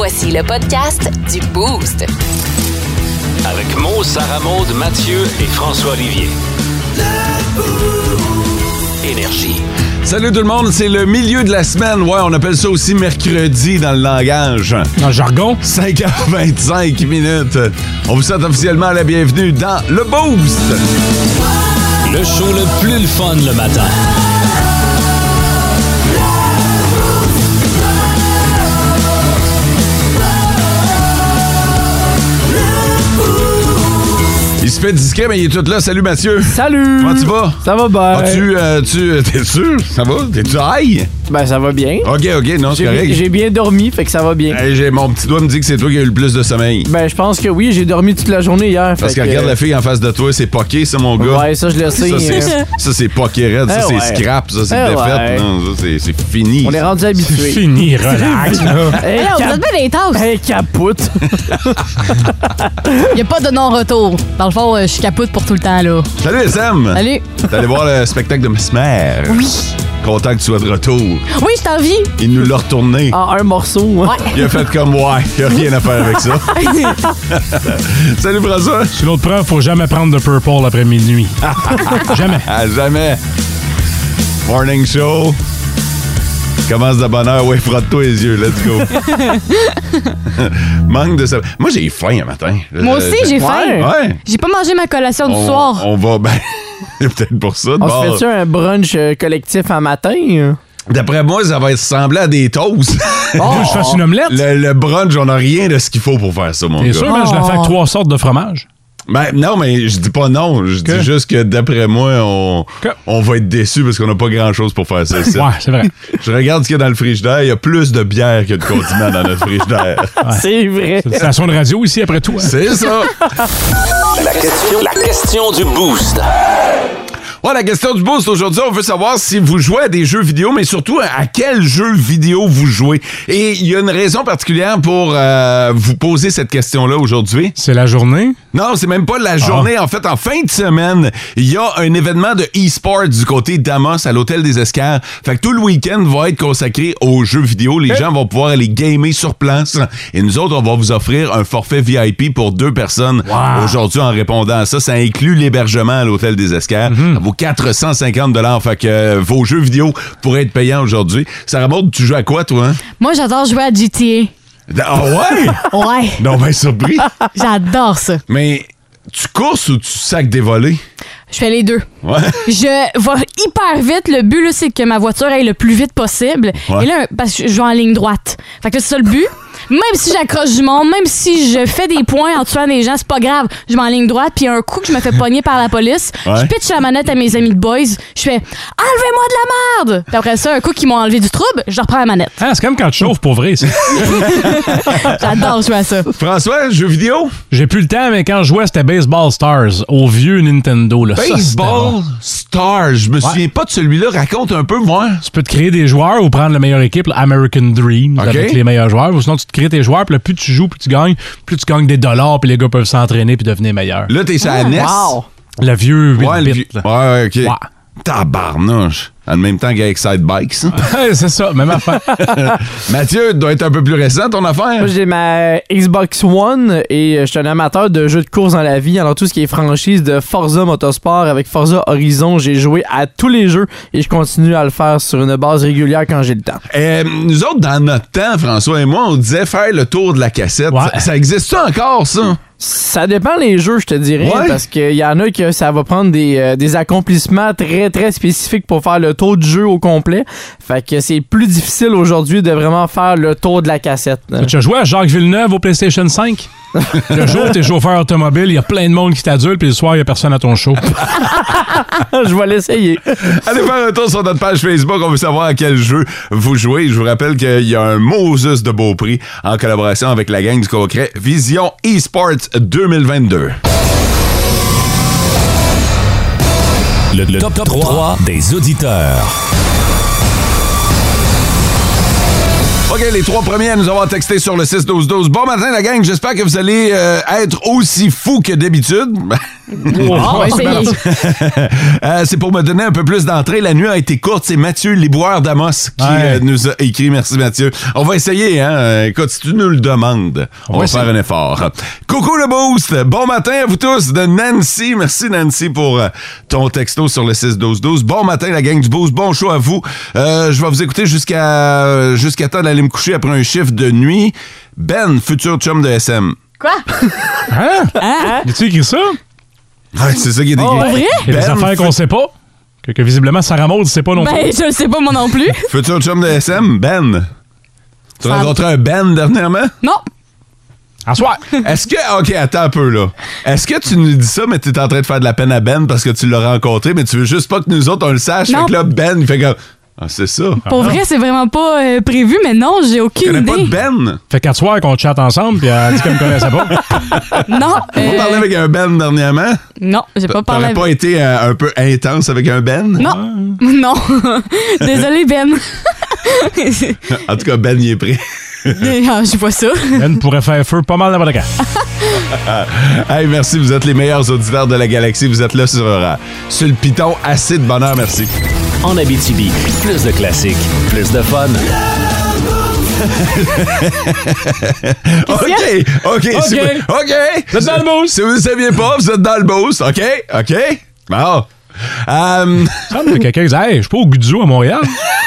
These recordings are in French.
Voici le podcast du Boost. Avec Mo, Sarah Maud, Mathieu et François Olivier. Énergie. Salut tout le monde, c'est le milieu de la semaine. Ouais, on appelle ça aussi mercredi dans le langage. Dans le jargon. 5h25 minutes. On vous souhaite officiellement la bienvenue dans le Boost. Le show le plus le fun le matin. Il se fait discret, mais il est tout là. Salut Mathieu. Salut! Comment tu vas? Ça va bien. T'es sûr? Ça va? T'es-tu high? Ben, ça va bien. OK, non, c'est correct. J'ai bien dormi, fait que ça va bien. Mon petit doigt me dit que c'est toi qui as eu le plus de sommeil. Ben, je pense que oui, j'ai dormi toute la journée hier. Parce que regarde la fille en face de toi, c'est poqué, ça, mon gars. Ouais, ça, je le sais. Ça, c'est poqué raide. Ça, c'est scrap. Ça, c'est défaite. Ouais. Non, ça, c'est fini. On est rendu habitués. C'est fini, relax. Hey, on vous bien des tasses. Hey, capoute. Il n'y a pas de non-retour. Dans le fond, je suis capoute pour tout le temps, là. Salut, SM. Salut. T'es allé voir le spectacle de Mesmer. Oui. Content que tu sois de retour. Oui, je t'en vis. Il nous l'a retourné. En un morceau. Hein. Il a fait comme, ouais, il n'y a rien à faire avec ça. Salut, François. C'est l'autre preuve, faut jamais prendre de Purple après minuit. Jamais. Ah, jamais. Morning show. Commence de bonne heure. Ouais, frotte-toi les yeux. Let's go. Manque de ça. Moi, j'ai faim un matin. Moi aussi, j'ai faim. Ouais. J'ai pas mangé ma collation du soir. On va... Ben, c'est peut-être pour ça. On se fait-tu un brunch collectif un matin? D'après moi, ça va être semblable à des toasts. Tu veux que je fasse une omelette? Le brunch, on n'a rien de ce qu'il faut pour faire ça, mon gars. T'es sûr, mais je vais faire 3 sortes de fromage. Ben, non, mais je dis pas non. Je dis juste que d'après moi, on va être déçus parce qu'on n'a pas grand-chose pour faire ça ici. Ouais, c'est vrai. Je regarde ce qu'il y a dans le frigidaire. Il y a plus de bière que de condiments dans notre frigidaire. Ouais. C'est vrai. C'est une station de radio ici après tout. Hein? C'est ça. La question du Boost. Ouais, la question du boost aujourd'hui, on veut savoir si vous jouez à des jeux vidéo, mais surtout à quel jeu vidéo vous jouez. Et il y a une raison particulière pour vous poser cette question-là aujourd'hui. C'est la journée? Non, c'est même pas la journée. En fait, en fin de semaine, il y a un événement de e-sport du côté d'Amos à l'Hôtel des Escars. Fait que tout le week-end va être consacré aux jeux vidéo. Les gens vont pouvoir aller gamer sur place. Et nous autres, on va vous offrir un forfait VIP pour 2 personnes aujourd'hui en répondant à ça. Ça inclut l'hébergement à l'Hôtel des Escars. Ça vaut 450 $. Fait que vos jeux vidéo pourraient être payants aujourd'hui. Sarah Maud, tu joues à quoi, toi? Hein? Moi, j'adore jouer à GTA. Ah ouais? Ouais. Non, ben surpris. J'adore ça. Mais tu courses ou tu sacs des volets? Je fais les deux. Ouais. Je vais hyper vite. Le but, là, c'est que ma voiture aille le plus vite possible. Ouais. Et là, parce que je joue en ligne droite. Fait que c'est ça le but. Même si j'accroche du monde, même si je fais des points en tuant des gens, c'est pas grave. Je vais en ligne droite, puis un coup que je me fais pogner par la police, je pitche la manette à mes amis de boys, je fais « Enlevez-moi de la merde! » Puis après ça, un coup qu'ils m'ont enlevé du trouble, je reprends la manette. Ah, c'est comme quand tu chauffes pour vrai, ça. J'adore jouer à ça. François, jeux vidéo? J'ai plus le temps, mais quand je jouais, c'était Baseball Stars au vieux Nintendo. Là. Baseball Stars. Je me souviens pas de celui-là. Raconte un peu, moi. Tu peux te créer des joueurs ou prendre la meilleure équipe, American Dream, avec les meilleurs joueurs. Ou sinon, tu te crées tes joueurs, puis là, plus tu joues, plus tu gagnes des dollars, puis les gars peuvent s'entraîner puis devenir meilleurs. Là, t'es sur la NES. Wow. Le vieux 8-bit. Ouais, OK. Ouais. Tabarnouche. En même temps qu'avec Side Bikes. C'est ça, même affaire. Mathieu, doit être un peu plus récent, ton affaire. Moi, j'ai ma Xbox One et je suis un amateur de jeux de course dans la vie. Alors, tout ce qui est franchise de Forza Motorsport avec Forza Horizon, j'ai joué à tous les jeux et je continue à le faire sur une base régulière quand j'ai le temps. Nous autres, dans notre temps, François et moi, on disait faire le tour de la cassette. Ouais. Ça existe ça encore, ça? Ça dépend les jeux, je te dirais, parce qu'il y en a que ça va prendre des accomplissements très, très spécifiques pour faire le tour du jeu au complet. Fait que c'est plus difficile aujourd'hui de vraiment faire le tour de la cassette. Tu as joué à Jacques Villeneuve au PlayStation 5? Le jour, t'es chauffeur automobile, il y a plein de monde qui t'adule, puis le soir, il y a personne à ton show. Je vais l'essayer. Allez faire un tour sur notre page Facebook. On veut savoir à quel jeu vous jouez. Je vous rappelle qu'il y a un Moses de beau prix en collaboration avec la gang du concret Vision eSports 2022. Le top 3 des auditeurs. OK, les 3 premiers à nous avoir texté sur le 6-12-12. Bon matin, la gang. J'espère que vous allez être aussi fous que d'habitude. C'est pour me donner un peu plus d'entrée. La nuit a été courte. C'est Mathieu Liboire d'Amos qui nous a écrit. Merci, Mathieu. On va essayer, hein. Écoute, si tu nous le demandes, on va faire un effort. Coucou le Boost. Bon matin à vous tous de Nancy. Merci, Nancy, pour ton texto sur le 6-12-12. Bon matin, la gang du Boost. Bon show à vous. Je vais vous écouter jusqu'à temps d'aller me coucher après un chiffre de nuit. Ben, futur chum de SM. Quoi? Hein? As-tu écrit ça? Ouais, c'est ça qui est écrit. Oh, vrai? Il y a des affaires qu'on sait pas. Que visiblement, Sarah Maud ne sait pas non plus. Ben, je le sais pas moi non plus. Futur chum de SM, Ben. Tu as rencontré un Ben dernièrement? Non. En soir. Est-ce que... OK, attends un peu, là. Est-ce que tu nous dis ça, mais t'es en train de faire de la peine à Ben parce que tu l'as rencontré, mais tu veux juste pas que nous autres, on le sache? Non. Fait que là, Ben, il fait comme... Ah, c'est ça. Pour vrai, c'est vraiment pas prévu, mais non, j'ai Tu aucune connais idée. pas de Ben? Fait 4 soirs qu'on chatte ensemble, puis elle dit qu'elle me connaissait pas. Non. Tu as parlé avec un Ben dernièrement? Non, j'ai pas parlé T'aurais pas été un peu intense avec un Ben? Non. Non. Désolé, Ben. En tout cas, Ben, il est prêt. Je vois ça. Elle pourrait faire feu pas mal n'importe quand. Hey, merci, vous êtes les meilleurs auditeurs de la galaxie. Vous êtes là sur le piton. Assez de bonheur, merci. En Abitibi, plus de classiques, plus de fun. OK. Vous êtes dans le boost. Si vous ne saviez pas, vous êtes dans le boost. OK. Bon. Il semble que quelqu'un dit « Hey, je suis pas au Guzzo à Montréal. »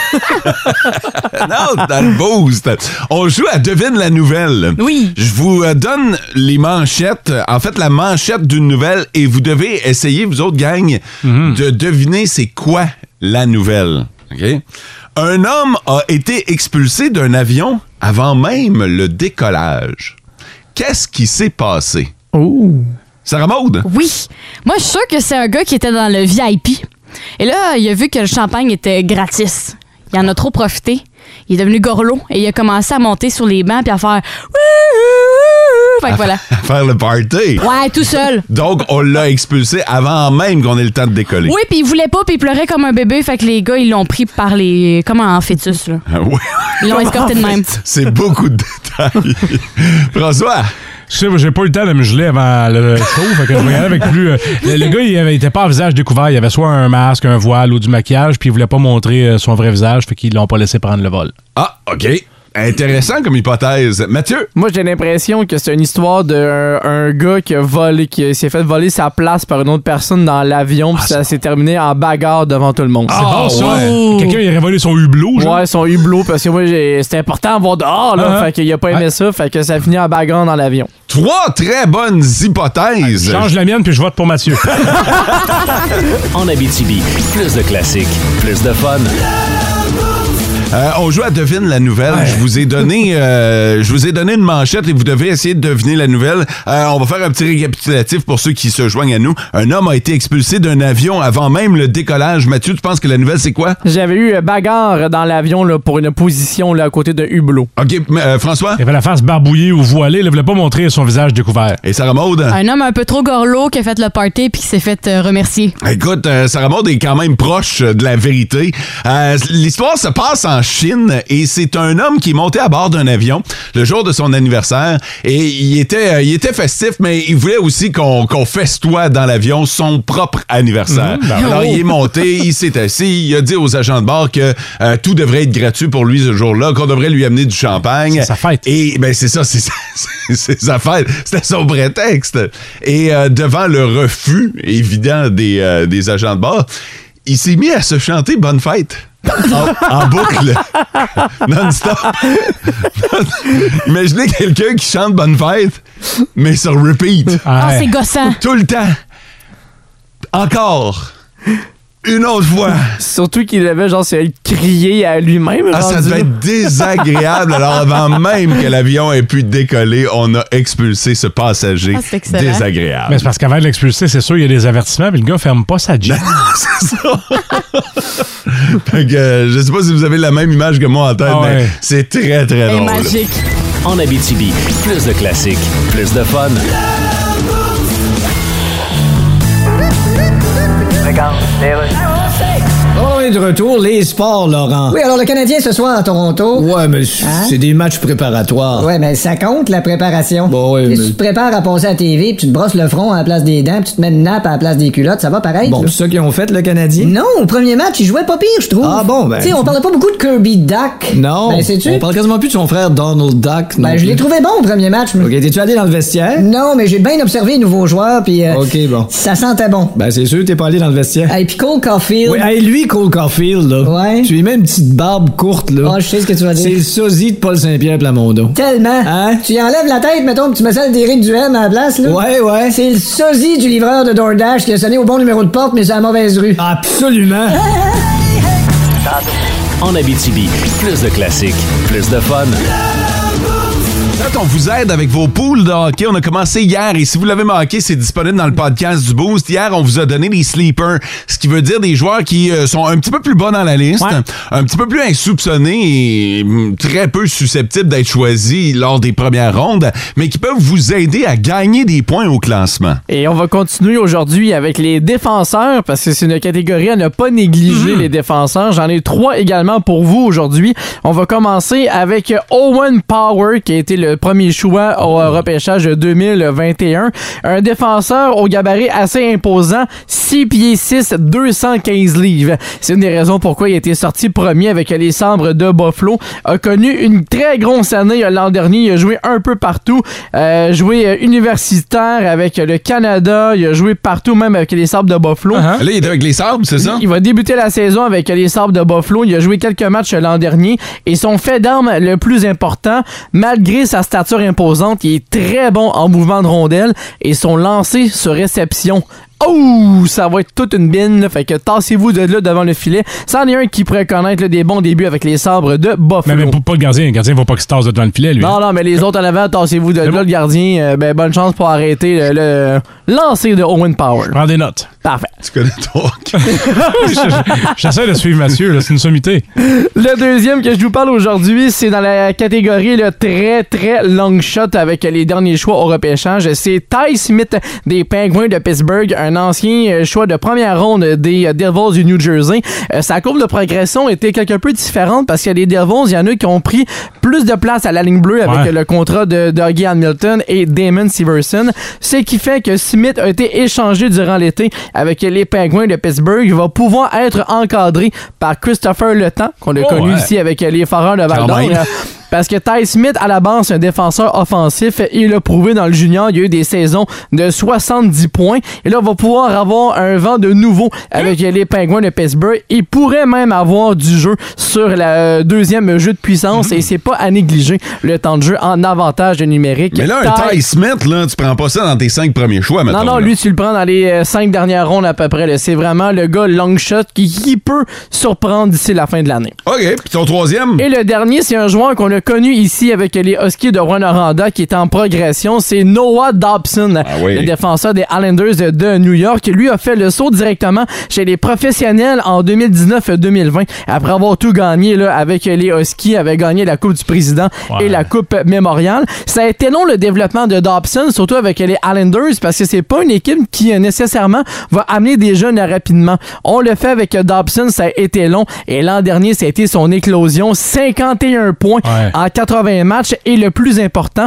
Non, dans le boost. On joue à Devine la nouvelle. Oui. Je vous donne les manchettes, en fait la manchette d'une nouvelle, et vous devez essayer, vous autres gang, de deviner c'est quoi la nouvelle. OK? Un homme a été expulsé d'un avion avant même le décollage. Qu'est-ce qui s'est passé? Oh. Sarah Maud? Oui. Moi, je suis sûre que c'est un gars qui était dans le VIP. Et là, il a vu que le champagne était gratis. Il en a trop profité. Il est devenu gorlot et il a commencé à monter sur les bancs puis à faire... Fait que voilà. À faire le party. Ouais, tout seul. Donc, on l'a expulsé avant même qu'on ait le temps de décoller. Oui, puis il voulait pas, puis il pleurait comme un bébé. Fait que les gars, ils l'ont pris par les... Comme en fœtus, là. Oui. Ils l'ont escorté de même. C'est beaucoup de détails. François? Je sais, j'ai pas eu le temps de me geler avant le show, fait que je regardais avec plus... le gars, il était pas à visage découvert. Il avait soit un masque, un voile ou du maquillage, puis il voulait pas montrer son vrai visage, fait qu'ils l'ont pas laissé prendre le vol. Ah, OK. Intéressant comme hypothèse. Mathieu? Moi, j'ai l'impression que c'est une histoire d'un gars qui a volé, qui s'est fait voler sa place par une autre personne dans l'avion, puis ça s'est terminé en bagarre devant tout le monde. C'est bon, ça. ouais. Quelqu'un, il aurait volé son hublot, genre. Ouais, son hublot, parce que moi, c'était important de voir dehors, là. Fait qu'il a pas aimé ça, fait que ça a fini en bagarre dans l'avion. 3 très bonnes hypothèses. Je change la mienne, puis je vote pour Mathieu. En Abitibi, plus de classiques, plus de fun. On joue à Devine la nouvelle. Ouais. Je vous ai donné une manchette et vous devez essayer de deviner la nouvelle. On va faire un petit récapitulatif pour ceux qui se joignent à nous. Un homme a été expulsé d'un avion avant même le décollage. Mathieu, tu penses que la nouvelle, c'est quoi? J'avais eu bagarre dans l'avion là, pour une position là, à côté d'un hublot. OK, François? Il avait la face barbouillée ou voilée. Il voulait pas montrer son visage découvert. Et Sarah Maud? Un homme un peu trop gorlot qui a fait le party puis qui s'est fait remercier. Écoute, Sarah Maud est quand même proche de la vérité. L'histoire se passe en Chine et c'est un homme qui est monté à bord d'un avion le jour de son anniversaire et il était festif, mais il voulait aussi qu'on festoie dans l'avion son propre anniversaire. Alors il est monté, il s'est assis, il a dit aux agents de bord que tout devrait être gratuit pour lui ce jour-là, qu'on devrait lui amener du champagne. C'est sa fête. Et ben c'est ça, c'est sa fête. C'était son prétexte. Et devant le refus évident des agents de bord, il s'est mis à se chanter Bonne fête. En boucle. Non-stop. Imaginez quelqu'un qui chante Bonne fête, mais sur repeat. Ah, c'est gossant. Tout le temps. Encore. Une autre fois. Surtout qu'il avait genre crié à lui-même. Ah, ça devait être désagréable. Alors avant même que l'avion ait pu décoller, on a expulsé ce passager désagréable. Mais c'est parce qu'avant de l'expulser, c'est sûr, il y a des avertissements, mais le gars ferme pas sa jeep. C'est ça. Fait que, je sais pas si vous avez la même image que moi en tête, mais c'est très, très drôle. C'est magique. En Abitibi, plus de classiques, plus de fun. de retour, les sports, Laurent. Oui, alors le Canadien ce soir à Toronto. Ouais, mais c'est des matchs préparatoires. Ouais, mais ça compte, la préparation. Bon, oui, mais... Si tu te prépares à passer à la TV, puis tu te brosses le front à la place des dents, puis tu te mets une nappe à la place des culottes, ça va pareil? Bon, c'est ça qu'ils ont fait, le Canadien? Non, au premier match, il jouait pas pire, je trouve. Ah bon, ben... Tu sais, on parlait pas beaucoup de Kirby Duck. Non, ben, sais-tu? on parle quasiment plus de son frère Donald Duck. Ben, je l'ai trouvé bon au premier match. OK, t'es-tu allé dans le vestiaire? Non, mais j'ai bien observé les nouveaux joueurs, puis OK, bon. ça sentait bon. Ben, c'est sûr, t'es pas allé dans le vestiaire. Hey, puis Cole Caulfield... Oui, hey, lui, Cole Caulfield, là. Ouais. Tu lui mets une petite barbe courte, là. Ah, je sais ce que tu vas dire. C'est le sosie de Paul Saint-Pierre Plamondon. Tellement. Hein? Tu y enlèves la tête, mettons, puis tu mets celle d'Éric Duhem à la place, là. Ouais. C'est le sosie du livreur de DoorDash qui a sonné au bon numéro de porte, mais c'est à la mauvaise rue. Absolument. En Abitibi, plus de classiques, plus de fun. On vous aide avec vos poules de hockey. On a commencé hier et si vous l'avez manqué, c'est disponible dans le podcast du Boost. Hier, on vous a donné des sleepers, ce qui veut dire des joueurs qui sont un petit peu plus bas dans la liste, un petit peu plus insoupçonnés et très peu susceptibles d'être choisis lors des premières rondes, mais qui peuvent vous aider à gagner des points au classement. Et on va continuer aujourd'hui avec les défenseurs parce que c'est une catégorie à ne pas négliger, les défenseurs. J'en ai 3 également pour vous aujourd'hui. On va commencer avec Owen Power qui a été le premier choix au repêchage 2021. Un défenseur au gabarit assez imposant, 6 pieds 6, 215 livres. C'est une des raisons pourquoi il a été sorti premier avec les Sabres de Buffalo. A connu une très grosse année l'an dernier. Il a joué un peu partout. Joué universitaire avec le Canada. Il a joué partout, même avec les Sabres de Buffalo. Là, il est avec les Sabres, c'est ça? Il va débuter la saison avec les Sabres de Buffalo. Il a joué quelques matchs l'an dernier. Et son fait d'arme le plus important, malgré sa stature imposante, il est très bon en mouvement de rondelle et son lancer sur réception. Oh, ça va être toute une bine, là, fait que tassez-vous de là devant le filet. C'en est un qui pourrait connaître là, des bons débuts avec les Sabres de Buffalo. Mais pas le gardien. Le gardien ne va pas qu'il se tasse devant le filet, lui. Non, mais les autres en avant, tassez-vous de là. Le gardien, bonne chance pour arrêter le lancer de Owen Power. Prends des notes. Parfait. Tu connais ton J'essaie de suivre Mathieu, là, c'est une sommité. Le deuxième que je vous parle aujourd'hui, c'est dans la catégorie le très, très long shot avec les derniers choix au repêchage. C'est Ty Smith des Penguins de Pittsburgh, un ancien choix de première ronde des Devils du New Jersey. Sa courbe de progression était quelque peu différente parce qu'il y a des Devils, il y en a qui ont pris plus de place à la ligne bleue avec le contrat de Dougie Hamilton et Damon Severson, ce qui fait que Smith a été échangé durant l'été avec les Penguins de Pittsburgh. Il va pouvoir être encadré par Christopher Le Temps, qu'on a connu ici avec les Foreurs de Val-d'Or. Parce que Ty Smith, à la base, c'est un défenseur offensif. Il l'a prouvé dans le junior. Il y a eu des saisons de 70 points. Et là, on va pouvoir avoir un vent de nouveau avec les Penguins de Pittsburgh. Il pourrait même avoir du jeu sur le deuxième jeu de puissance. Et c'est pas à négliger le temps de jeu en avantage numérique. Mais là, un Ty Smith, là, tu prends pas ça dans tes 5 premiers choix, maintenant. Non, lui, tu le prends dans les 5 dernières rondes à peu près. Là. C'est vraiment le gars long shot qui peut surprendre d'ici la fin de l'année. OK. Puis ton troisième? Et le dernier, c'est un joueur qu'on a connu ici avec les Huskies de Rouyn-Noranda qui est en progression. C'est Noah Dobson, le défenseur des Islanders de New York. Lui a fait le saut directement chez les professionnels en 2019-2020 après avoir tout gagné là, avec les Huskies, avait gagné la Coupe du Président et la Coupe Mémorial. Ça a été long le développement de Dobson, surtout avec les Islanders parce que c'est pas une équipe qui nécessairement va amener des jeunes rapidement. On le fait avec Dobson, ça a été long et l'an dernier, ça a été son éclosion. 51 points en 80 matchs et le plus important,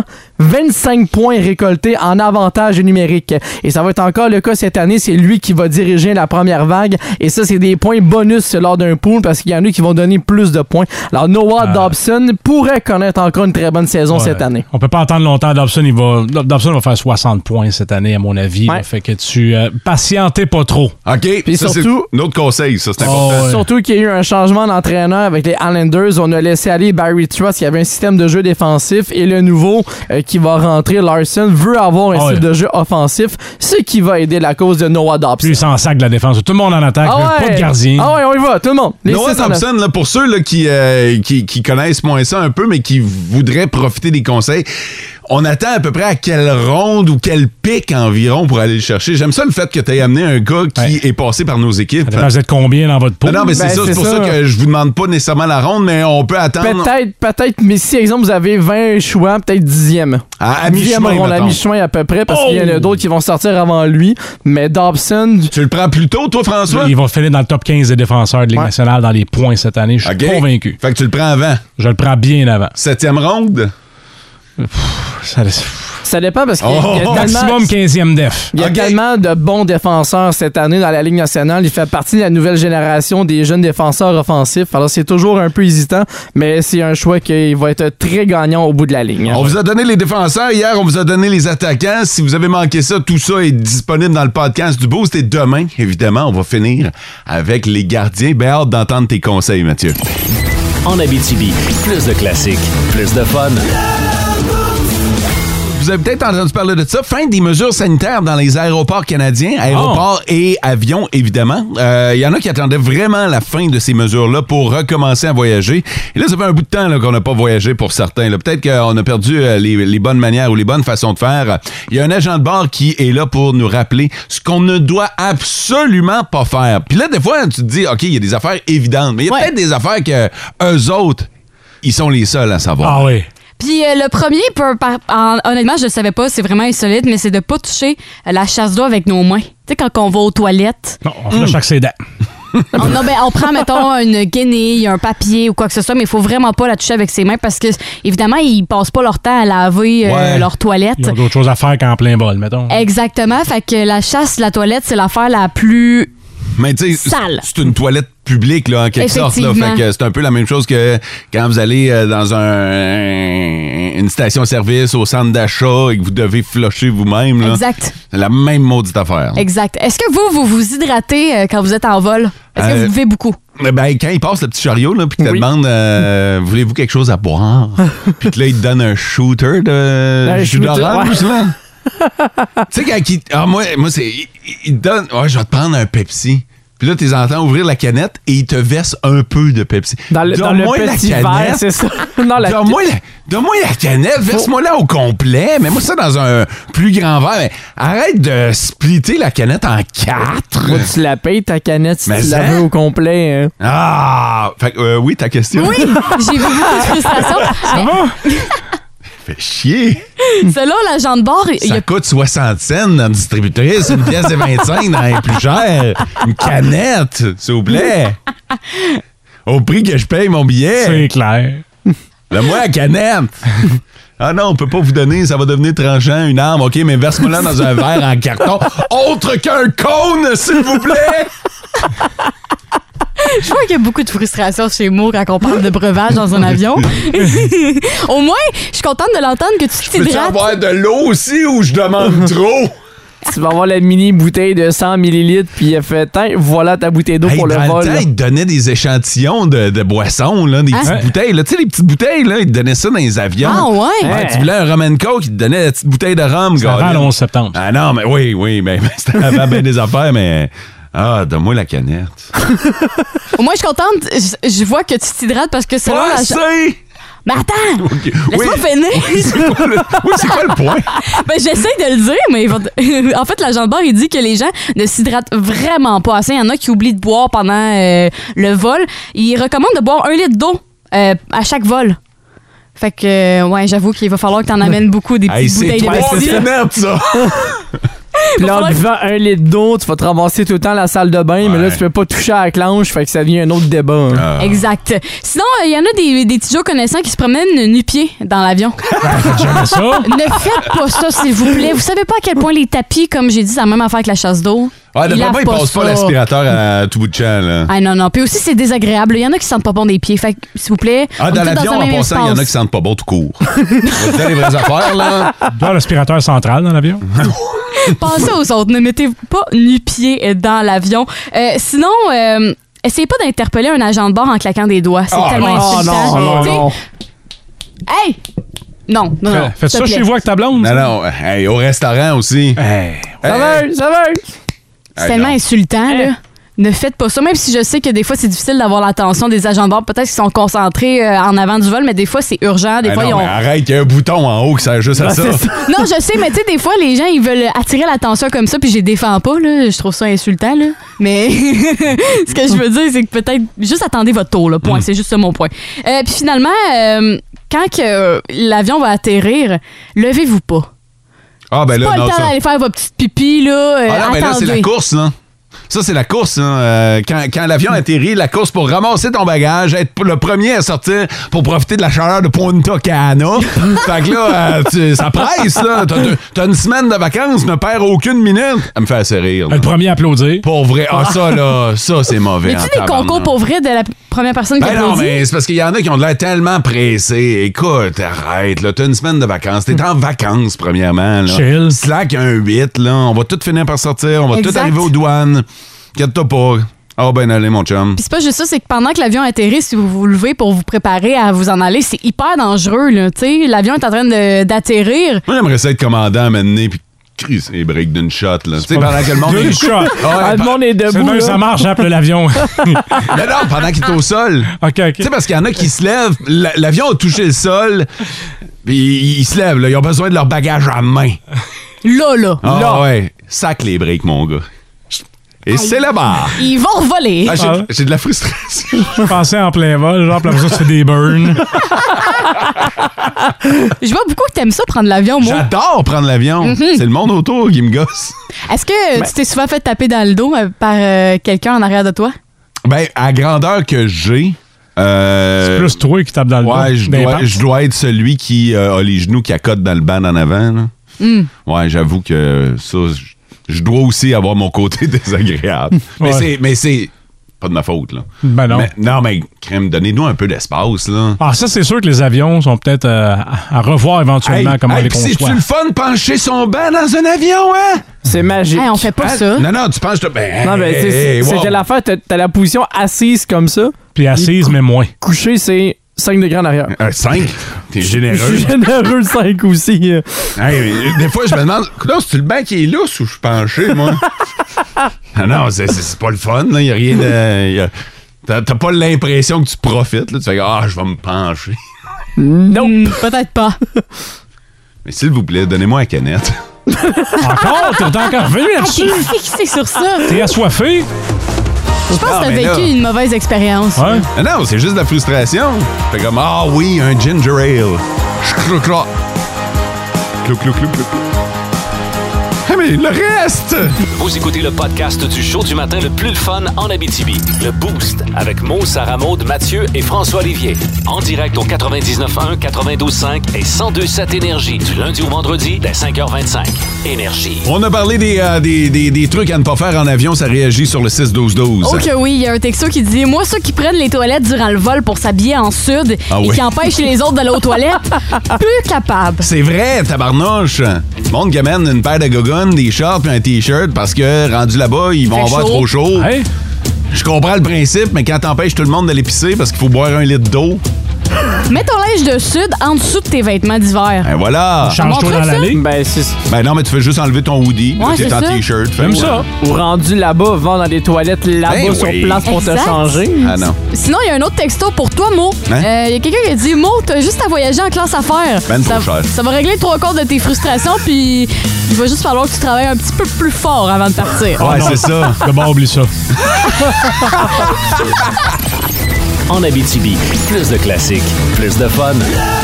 25 points récoltés en avantage numérique. Et ça va être encore le cas cette année. C'est lui qui va diriger la première vague. Et ça, c'est des points bonus lors d'un pool parce qu'il y en a qui vont donner plus de points. Alors, Noah Dobson pourrait connaître encore une très bonne saison cette année. On peut pas attendre longtemps. Dobson va faire 60 points cette année, à mon avis. Là, fait que tu patientez pas trop. OK. Puis ça, surtout, c'est un autre conseil, ça, c'est important. Surtout qu'il y a eu un changement d'entraîneur avec les Islanders. On a laissé aller Barry Trotz, qui avait un système de jeu défensif, et le nouveau qui va rentrer, Larson, veut avoir un style de jeu offensif, ce qui va aider la cause de Noah Dobson. Plus il s'en sac de la défense. Tout le monde en attaque, pas de gardien. Ah ouais, on y va, tout le monde. Noah Dobson, là, pour ceux là, qui connaissent moins ça un peu, mais qui voudraient profiter des conseils, on attend à peu près à quelle ronde ou quel pic environ pour aller le chercher. J'aime ça le fait que tu aies amené un gars qui est passé par nos équipes. Vous êtes combien dans votre pool? Non, mais c'est ça, c'est pour ça que je vous demande pas nécessairement la ronde, mais on peut attendre. Peut-être, mais si, exemple, vous avez 20 choix, peut-être 10e. À mi-chemin, on a mi-chemin à peu près, parce qu'il y en a d'autres qui vont sortir avant lui. Mais Dobson... Tu le prends plus tôt, toi, François? Ils vont finir dans le top 15 des défenseurs de Ligue nationale dans les points cette année. Je suis convaincu. Fait que tu le prends avant? Je le prends bien avant. 7e ronde? Ça dépend parce qu'il y a maximum 15e def. Il y a tellement de bons défenseurs cette année dans la Ligue nationale. Il fait partie de la nouvelle génération des jeunes défenseurs offensifs. Alors, c'est toujours un peu hésitant, mais c'est un choix qui va être très gagnant au bout de la ligne. On vous a donné les défenseurs hier, on vous a donné les attaquants. Si vous avez manqué ça, tout ça est disponible dans le podcast du Boost. Et demain, évidemment, on va finir avec les gardiens. Ben, hâte d'entendre tes conseils, Mathieu. En Abitibi, plus de classiques, plus de fun. Vous avez peut-être entendu parler de ça. Fin des mesures sanitaires dans les aéroports canadiens, aéroports et avions, évidemment. Il y en a qui attendaient vraiment la fin de ces mesures-là pour recommencer à voyager. Et là, ça fait un bout de temps là, qu'on n'a pas voyagé pour certains. Là. Peut-être qu'on a perdu les bonnes manières ou les bonnes façons de faire. Il y a un agent de bord qui est là pour nous rappeler ce qu'on ne doit absolument pas faire. Puis là, des fois, tu te dis, OK, il y a des affaires évidentes, mais il y a peut-être des affaires que eux autres, ils sont les seuls à savoir. Ah oui. Puis le premier, honnêtement, je le savais pas, c'est vraiment insolite, mais c'est de pas toucher la chasse d'eau avec nos mains. Tu sais, quand on va aux toilettes. Non, on flush avec ses dents. On prend, mettons, une guenille, un papier ou quoi que ce soit, mais il faut vraiment pas la toucher avec ses mains parce que, évidemment, ils passent pas leur temps à laver leur toilette. Ils ont d'autres choses à faire qu'en plein bol, mettons. Exactement. Fait que la chasse de la toilette, c'est l'affaire la plus... Mais tu sais, c'est une toilette publique, là, en quelque sorte. Là. Fait que c'est un peu la même chose que quand vous allez dans une station-service au centre d'achat et que vous devez flusher vous-même. Là. Exact. C'est la même maudite affaire. Là. Exact. Est-ce que vous hydratez quand vous êtes en vol? Est-ce que vous buvez beaucoup? Ben, quand il passe le petit chariot, là, puis qu'il te demande voulez-vous quelque chose à boire? Puis que là, il te donne un shooter de jus d'orange, là. Tu sais, quand moi c'est. Il te donne. Ouais, je vais te prendre un Pepsi. Puis là, tu les entends ouvrir la canette et il te verse un peu de Pepsi. Dans le petit verre, c'est ça. Donne-moi la canette, verse-moi-la au complet. Mets-moi ça dans un plus grand verre. Mais arrête de splitter la canette en 4. Faut que tu la payes, ta canette, si tu la veux au complet. Hein. Ah! Fait que, oui, ta question. Oui, j'ai vu beaucoup de frustration. Ça va? Fait chier. Selon l'agent de bord... Ça coûte 60 cents dans la distributrice, une pièce de 25 dans les plus chères. Une canette, s'il vous plaît. Au prix que je paye mon billet. C'est clair. Donne-moi la canette. Ah non, on peut pas vous donner, ça va devenir tranchant, une arme. OK, mais verse-moi-la dans un verre en carton. Autre qu'un cône, s'il vous plaît. Je crois qu'il y a beaucoup de frustration chez moi quand on parle de breuvage dans un avion. Au moins, je suis contente de l'entendre que tu t'hydrates. Peux-tu avoir de l'eau aussi ou je demande trop? Tu vas avoir la mini bouteille de 100 ml puis il a fait voilà ta bouteille d'eau pour le vol. Dans le temps, il te donnait des échantillons de boissons, là, des petites bouteilles. Tu sais, les petites bouteilles, là, il te donnait ça dans les avions. Ah ouais? Tu voulais un rum and coke, il te donnait la petite bouteille de rhum. C'était avant le 11 septembre. Ah non, mais oui, mais c'était avant bien des affaires, mais... Ah, donne-moi la canette. Au moins, je suis contente. Je vois que tu t'hydrates parce que c'est là... Mais attends! Okay. Laisse-moi finir! Oui, c'est quoi le point? Ben, j'essaie de le dire, mais en fait, l'agent de bord, il dit que les gens ne s'hydratent vraiment pas assez. Il y en a qui oublient de boire pendant le vol. Il recommande de boire 1 litre d'eau à chaque vol. Fait que, ouais, j'avoue qu'il va falloir que t'en amènes beaucoup des petites bouteilles de Pepsi. C'est net, ça! Puis là, en buvant 1 litre d'eau, tu vas te ramasser tout le temps à la salle de bain, mais là, tu peux pas toucher à la clanche, fait que ça devient un autre débat. Hein. Exact. Sinon, il y en a des petits Joe connaissants qui se promènent nu-pieds dans l'avion. Jamais ça. Ne faites pas ça, s'il vous plaît. Vous savez pas à quel point les tapis, comme j'ai dit, c'est la même affaire que la chasse d'eau. Ouais, d'après moi, ils passent pas l'aspirateur à tout bout de champ, là. Ah non. Puis aussi, c'est désagréable. Il y en a qui sentent pas bon des pieds. Fait que, s'il vous plaît. Ah, dans l'avion, en passant, il y en a qui sentent pas bon tout court. On va te dire les vraies affaires, là. Dans l'aspirateur central dans l'avion. Pensez aux autres. Ne mettez pas nu-pieds dans l'avion. Sinon, essayez pas d'interpeller un agent de bord en claquant des doigts. C'est tellement insultant. Non. Hey! Non. Faites ça chez vous avec ta blonde. Non. Hey, au restaurant aussi. Ça va. C'est tellement insultant, là. ne faites pas ça. Même si je sais que des fois, c'est difficile d'avoir l'attention des agents de bord. Peut-être qu'ils sont concentrés en avant du vol, mais des fois, c'est urgent. Des fois, non, ils ont... mais arrête, il y a un bouton en haut qui sert juste à ça. Non, je sais, mais tu sais, des fois, les gens, ils veulent attirer l'attention comme ça, puis je les défends pas, là. Je trouve ça insultant, là. Mais ce que je veux dire, c'est que peut-être juste attendez votre tour, là. Point. C'est juste ça mon point. Puis finalement, quand que, l'avion va atterrir, levez-vous pas. Ah, ben là, pas non, le temps ça. d'aller faire vos petites pipis, là. Ah non, mais là, c'est la course, là. Ça, c'est la course. Hein. Quand l'avion atterrit, la course pour ramasser ton bagage, être le premier à sortir pour profiter de la chaleur de Punta Cana. Fait que là, ça presse. Là. T'as une semaine de vacances, ne perds aucune minute. Elle me fait assez rire. Là. Le premier à applaudir. Pour vrai. Ah, ça, là, ça, c'est mauvais. Y a-tu des concours pour vrai de la première personne qui Ben non, applaudit? mais c'est parce qu'il y en a qui ont de l'air tellement pressés. Écoute, arrête, là, t'as une semaine de vacances. T'es en vacances, premièrement. Là. Chill. Slack un 8, là. On va tout finir par sortir. On va Exact. tout arriver aux douanes. Inquiète-toi pas. Ah, ben allez, mon chum. Puis c'est pas juste ça, c'est que pendant que l'avion atterrit, si vous vous levez pour vous préparer à vous en aller, c'est hyper dangereux, là. Tu sais, l'avion est en train d'atterrir. Moi, j'aimerais ça être commandant à m'amener puis criser les breaks d'une shot, là. Tu sais, pendant que le monde D'une est... shot. Ah, ouais, le monde est C'est debout. même là. ça marche, appelle l'avion. mais non, pendant qu'il est au sol. OK. Tu sais, parce qu'il y en a qui se lèvent, l'avion a touché le sol, puis ils se lèvent, là. Ils ont besoin de leur bagage à main. Là. Ah ouais, sac les breaks, mon gars. Et c'est la barre. Ils vont voler. Ah, j'ai de la frustration. Je pensais en plein vol, genre, après ça, tu fais des burns. Je vois beaucoup que t'aimes ça, prendre l'avion, moi. J'adore prendre l'avion. C'est le monde autour qui me gosse. Est-ce que tu t'es souvent fait taper dans le dos par quelqu'un en arrière de toi? Ben, à grandeur que j'ai... C'est plus toi qui tape dans le ouais, dos. je dois être celui qui a les genoux qui accotent dans le banc en avant. Là. Ouais, j'avoue que ça, je dois aussi avoir mon côté désagréable. Ouais. Mais c'est pas de ma faute, là. Ben non. Mais crème, donnez-nous un peu d'espace, là. Ah, ça, c'est sûr que les avions sont peut-être à revoir éventuellement comment on les pis conçoit. c'est-tu le fun de pencher son banc dans un avion, hein? C'est magique. Hey, on fait pas ça. Non, non, tu penses... Ben, Non, mais c'était l'affaire. T'as la position assise comme ça. Puis assise, mais moins. Couché, c'est 5 degrés en arrière. 5? T'es Je généreux. suis généreux 5 aussi. Hey, des fois, je me demande, c'est-tu le banc qui est lousse ou je suis penché, moi? Ah non, c'est pas le fun, là. Il y a rien de... T'as pas l'impression que tu profites, là. Tu fais, je vais me pencher. Non. Peut-être pas. Mais s'il vous plaît, donnez-moi la canette. Encore? T'es encore venu là-dessus? T'es fixé sur ça. T'es assoiffé? Je pense que t'as mais vécu là- une mauvaise expérience. Ouais. Ah non, c'est juste de la frustration. Fait comme, oui, un ginger ale. Clou-clou. Clou-clou-clou-clou. Ah, mais le reste! Vous écoutez le podcast du show du matin le plus le fun en Abitibi. Le Boost avec Mo, Sarah Maud, Mathieu et François Olivier. En direct au 99.1, 92.5 et 102.7 Énergie du lundi au vendredi dès 5h25. Énergie. On a parlé des trucs à ne pas faire en avion, ça réagit sur le 6-12-12. Ok, oui, il y a un texto qui dit: moi, ceux qui prennent les toilettes durant le vol pour s'habiller en sud Ah et oui. qui empêchent les autres d'aller aux toilettes, plus capable. C'est vrai, tabarnouche. Le monde qui amène une paire de gogoons, des shorts puis un t-shirt parce que rendu là-bas, ils vont Fait avoir chaud. trop chaud. Hey. Je comprends le principe, mais quand t'empêches tout le monde d'aller pisser parce qu'il faut boire 1 litre d'eau, Mets ton linge de sud en dessous de tes vêtements d'hiver. ben voilà. Change-toi montre dans ça? l'allée. Ben, c'est Ben non, mais tu fais juste enlever ton hoodie, Ouais, t'es c'est en ça. t-shirt. Fait J'aime que- ça. Ou rendu là-bas, va dans les toilettes là-bas Ben sur oui. place pour te Exact. changer. Ah non. Sinon, il y a un autre texto pour toi, Mo. Il Hein? y a quelqu'un qui a dit: Mo, t'as juste à voyager en classe affaires. Ben trop cher. Ça va régler 3/4 de tes frustrations, puis il va juste falloir que tu travailles un petit peu plus fort avant de partir. Ouais, non. c'est ça. D'abord, oublie ça. En Abitibi, plus de classiques, plus de fun.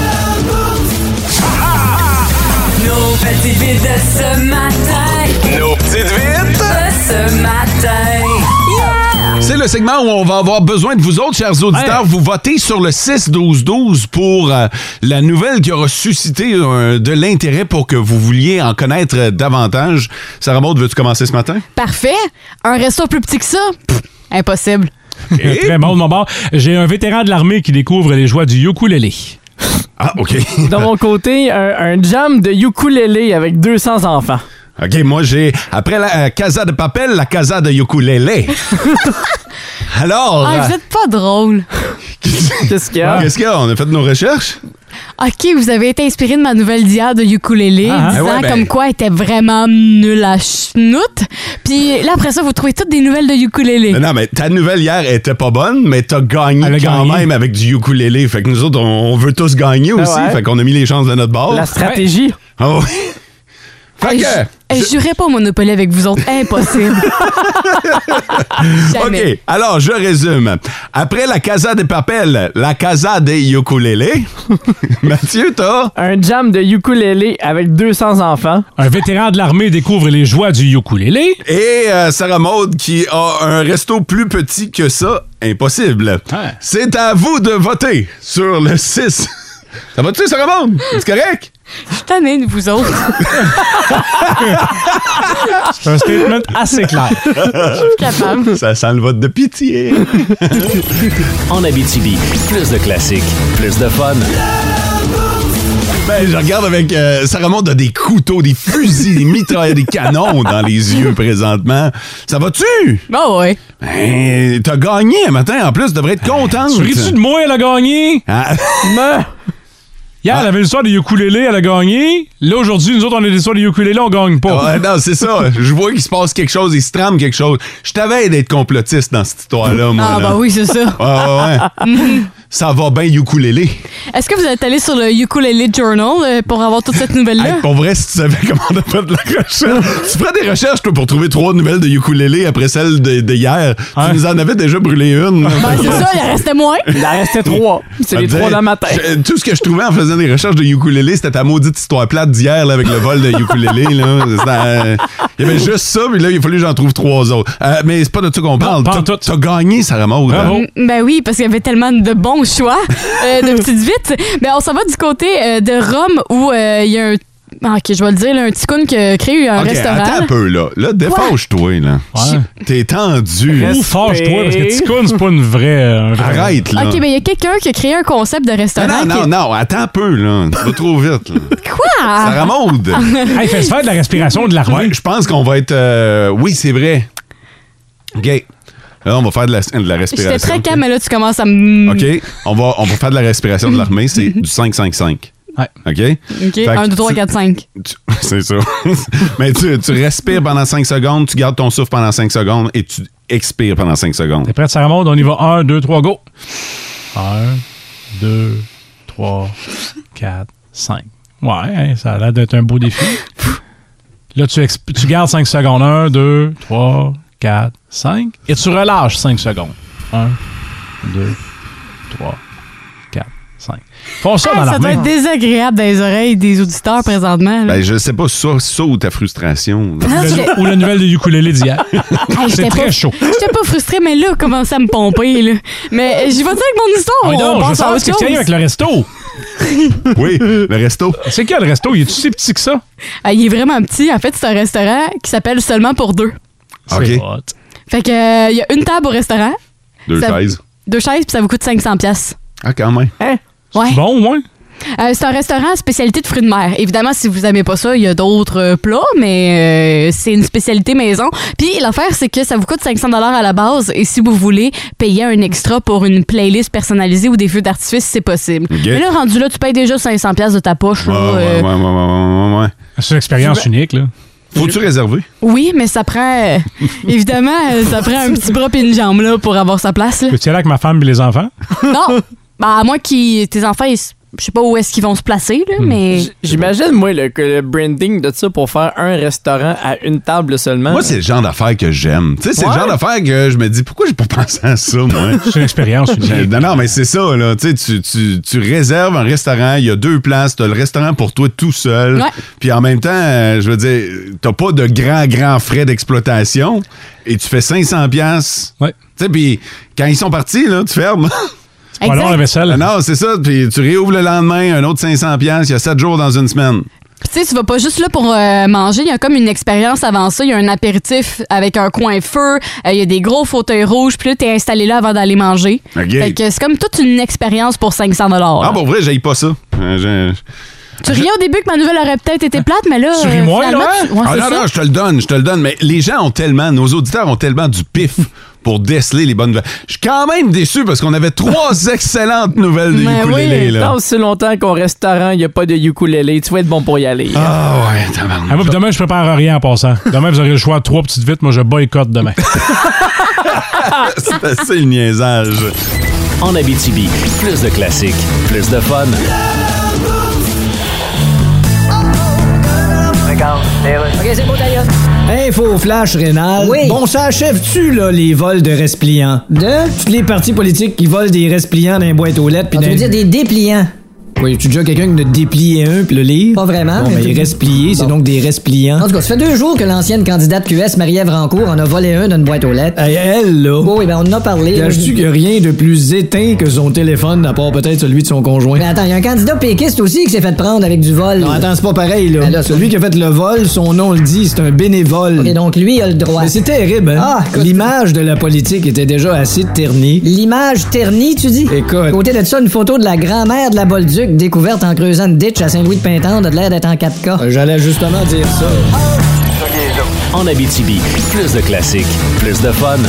Nos petites vites de ce matin. Nos petites vites! De ce matin. C'est le segment où on va avoir besoin de vous autres, chers auditeurs. Ouais. Vous votez sur le 6-12-12 pour la nouvelle qui aura suscité de l'intérêt pour que vous vouliez en connaître davantage. Sarah Maud, veux-tu commencer ce matin? Parfait. Un resto plus petit que ça? Pff, impossible. Très bon de mon bord. J'ai un vétéran de l'armée qui découvre les joies du ukulélé. Ah, OK. De mon côté, un jam de ukulélé avec 200 enfants. OK, moi, j'ai... Après la Casa de Papel, la Casa de Ukulele. Alors... Ah, vous êtes pas drôle. Qu'est-ce qu'il y a? Qu'est-ce qu'il y a? On a fait nos recherches? OK, vous avez été inspiré de ma nouvelle d'hier de ukulélé, disant comme quoi elle était vraiment nulle à chenoute. Puis là, après ça, vous trouvez toutes des nouvelles de ukulélé. Non, mais ta nouvelle hier était pas bonne, mais t'as gagné quand même avec du ukulélé. Fait que nous autres, on veut tous gagner aussi. Ouais. Fait qu'on a mis les chances de notre bord. La stratégie. Oh oui. Fait que... Je jurais pas au Monopoly avec vous autres. Impossible. Jamais. OK, alors je résume. Après la Casa de Papel, la Casa de Ukulélé. Mathieu, t'as... Un jam de ukulélé avec 200 enfants. Un vétéran de l'armée découvre les joies du ukulélé. Et Sarah Maud qui a un resto plus petit que ça. Impossible. Ouais. C'est à vous de voter sur le 6. Ça va-tu, Sarah Maud? C'est correct? Je suis tannée de vous autres. C'est un statement assez clair. Je suis capable. Ça sent le vote de pitié. En Abitibi, plus de classiques, plus de fun. Ben, je regarde avec Sarah Maud a des couteaux, des fusils, des mitrailleurs, des canons dans les yeux présentement. Ça va-tu? Bon, ouais. Ben, t'as gagné un matin en plus, devrais être contente. Tu ris-tu de moi, elle a gagné? Ah. Hier, elle avait l'histoire des ukulélés, elle a gagné. Là, aujourd'hui, nous autres, on a l'histoire des ukulélés, on gagne pas. Ouais, non, c'est ça. Je vois qu'il se passe quelque chose, il se trame quelque chose. Je t'avais d'être complotiste dans cette histoire-là, moi. Ah, là. bah oui, c'est ça. Ouais. Ça va bien, ukulélé. Est-ce que vous êtes allé sur le Ukulele Journal pour avoir toute cette nouvelle-là? Hey, pour vrai, si tu savais comment on a fait de la recherche, tu ferais des recherches, toi, pour trouver 3 nouvelles de ukulélé après celle de hier. Ouais. Tu nous en avais déjà brûlé une. Ben, c'est ça, il en restait moins. Il en restait 3. C'est les 3 dans ma tête. Tout ce que je trouvais en faisant des recherches de ukulélé, c'était ta maudite histoire plate d'hier là, avec le vol de ukulélé. Là. Il y avait juste ça, mais là, il a fallu que j'en trouve 3 autres. Mais c'est pas de ça qu'on parle. T'as gagné, Sarah Maud. Bravo. Ben oui, parce qu'il y avait tellement de bons choix de petites vites. Ben, on s'en va du côté de Rome où il y a un... OK, je vais le dire, là, un ticoun qui a créé un restaurant. Attends un peu, là. Là, défâche-toi, là. Ouais. T'es tendu. Ou fâche-toi, parce que Ticoun, c'est pas une vraie... Arrête, là. OK, ben il y a quelqu'un qui a créé un concept de restaurant. Non, attends un peu, là. Tu vas trop vite, là. Quoi? Sarah Maud. Hey, fais-se faire de la respiration de l'armée. Ouais, je pense qu'on va être... Oui, c'est vrai. OK. Là, on va faire de la respiration. J'étais très calme, mais là, tu commences à me... OK. On va faire de la respiration de l'armée. C'est du 5-5-5. Ouais. OK? OK, 1, 2, 3, 4, 5. C'est ça. Mais tu respires pendant 5 secondes, tu gardes ton souffle pendant 5 secondes et tu expires pendant 5 secondes. T'es prête, Sarah Maud? On y va. 1, 2, 3, go! 1, 2, 3, 4, 5. Ouais, hein, ça a l'air d'être un beau défi. Là, tu gardes 5 secondes. 1, 2, 3, 4, 5. Et tu relâches 5 secondes. 1, 2, 3, 4, 5. Font ça dans Ça doit l'armée. être désagréable dans les oreilles des auditeurs présentement. là. Ben, je sais pas ça ou ta frustration. là. Non, j'étais- Ou la nouvelle de ukulélé d'hier. Hey, C'est j'étais très pas- chaud. J'étais pas frustrée, mais là, commençait à me pomper. Là. Mais j'y vais dire avec mon histoire. Ah, on non, je veux passe à savoir autre ce qu'il y a chose. avec le resto. Oui, le resto. C'est quoi le resto? Il est aussi petit que ça? Ah, il est vraiment petit. En fait, c'est un restaurant qui s'appelle Seulement pour 2. OK. C'est hot. Fait que il y a une table au restaurant. 2 Ça- chaises. 2 chaises, puis ça vous coûte 500$. Ah, quand même. Ouais. Bon, au moins. C'est un restaurant spécialité de fruits de mer. Évidemment, si vous aimez pas ça, il y a d'autres plats, mais c'est une spécialité maison. Puis l'affaire, c'est que ça vous coûte 500$ à la base, et si vous voulez payer un extra pour une playlist personnalisée ou des feux d'artifice, c'est possible. OK. Mais là, rendu là, tu payes déjà 500$ de ta poche. là, Ouais. C'est une expérience unique, là. Faut-tu réserver? Oui, mais ça prend... évidemment, ça prend un petit bras et une jambe là, pour avoir sa place. Là. Peux-tu y aller avec ma femme et les enfants? Non! Ben, à moins que tes enfants, je sais pas où est-ce qu'ils vont se placer, là, mais... J'imagine, moi, que le branding de ça pour faire un restaurant à une table seulement. Moi, c'est le genre d'affaires que j'aime. Tu sais, c'est le genre d'affaires que je me dis, pourquoi j'ai pas pensé à ça, moi? C'est une expérience unique. Non, mais c'est ça, là. Tu sais, tu réserves un restaurant, il y a 2 places, t'as le restaurant pour toi tout seul. Ouais. Puis en même temps, je veux dire, t'as pas de grands frais d'exploitation et tu fais 500$. Ouais. Tu sais, puis quand ils sont partis, là, tu fermes. C'est pas long, la vaisselle. Non, c'est ça. Puis tu réouvres le lendemain, un autre 500$. Il y a 7 jours dans une semaine. Tu sais, tu vas pas juste là pour manger, il y a comme une expérience avant ça. Il y a un apéritif avec un coin feu, il y a des gros fauteuils rouges, puis là, t'es installé là avant d'aller manger. OK. Fait que c'est comme toute une expérience pour 500$. Ah, pour vrai, j'aille pas ça. Tu riais au début que ma nouvelle aurait peut-être été plate, mais là. Tu ris moins, finalement, là? ouais, Ah c'est non, ça. non, je te le donne, mais les gens ont tellement, nos auditeurs ont tellement du pif pour déceler les bonnes nouvelles. Je suis quand même déçu parce qu'on avait 3 excellentes nouvelles de Mais ukulélé, oui, là. tant aussi longtemps qu'au restaurant, il n'y a pas de ukulélé. Tu vas être bon pour y aller. Ah ouais, tabarnak. Ah, moi, puis demain, je prépare rien en passant. Demain, vous aurez le choix de 3 petites vites. Moi, je boycotte demain. C'est assez le niaisage. En Abitibi, plus de classiques, plus de fun. OK, c'est beau d'ailleurs. Info flash, Rénal. Oui. Bon, ça achève-tu, là, les vols de restes pliants? Toutes les partis politiques qui volent des restes pliants dans les boîtes aux lettres. Tu veux dire des dépliants? Oui, tu déjà quelqu'un qui en a déplié un puis le lire? Pas vraiment. Bon, mais ben, il reste plié, c'est donc des restes pliants. En tout cas, ça fait 2 jours que l'ancienne candidate QS, Marie-Ève Rancourt, en a volé un d'une boîte aux lettres. Hey, elle, là. Oui, ben on en a parlé. Caches-tu qu'il n'y a rien de plus éteint que son téléphone, à part peut-être celui de son conjoint? Mais attends, il y a un candidat péquiste aussi qui s'est fait prendre avec du vol. Non, attends, c'est pas pareil, là. Ben là, Celui qui a fait le vol, son nom le dit, c'est un bénévole. OK, donc lui, il a le droit. Mais c'est terrible, hein? Ah, écoute. L'image de la politique était déjà assez ternie. L'image ternie, tu dis? Écoute. À côté de ça, une photo de la grand-mère de la Bolduc découverte en creusant une ditch à Saint-Louis-de-Pintendre a de l'air d'être en 4K. J'allais justement dire ça. En Abitibi, plus de classiques, plus de fun.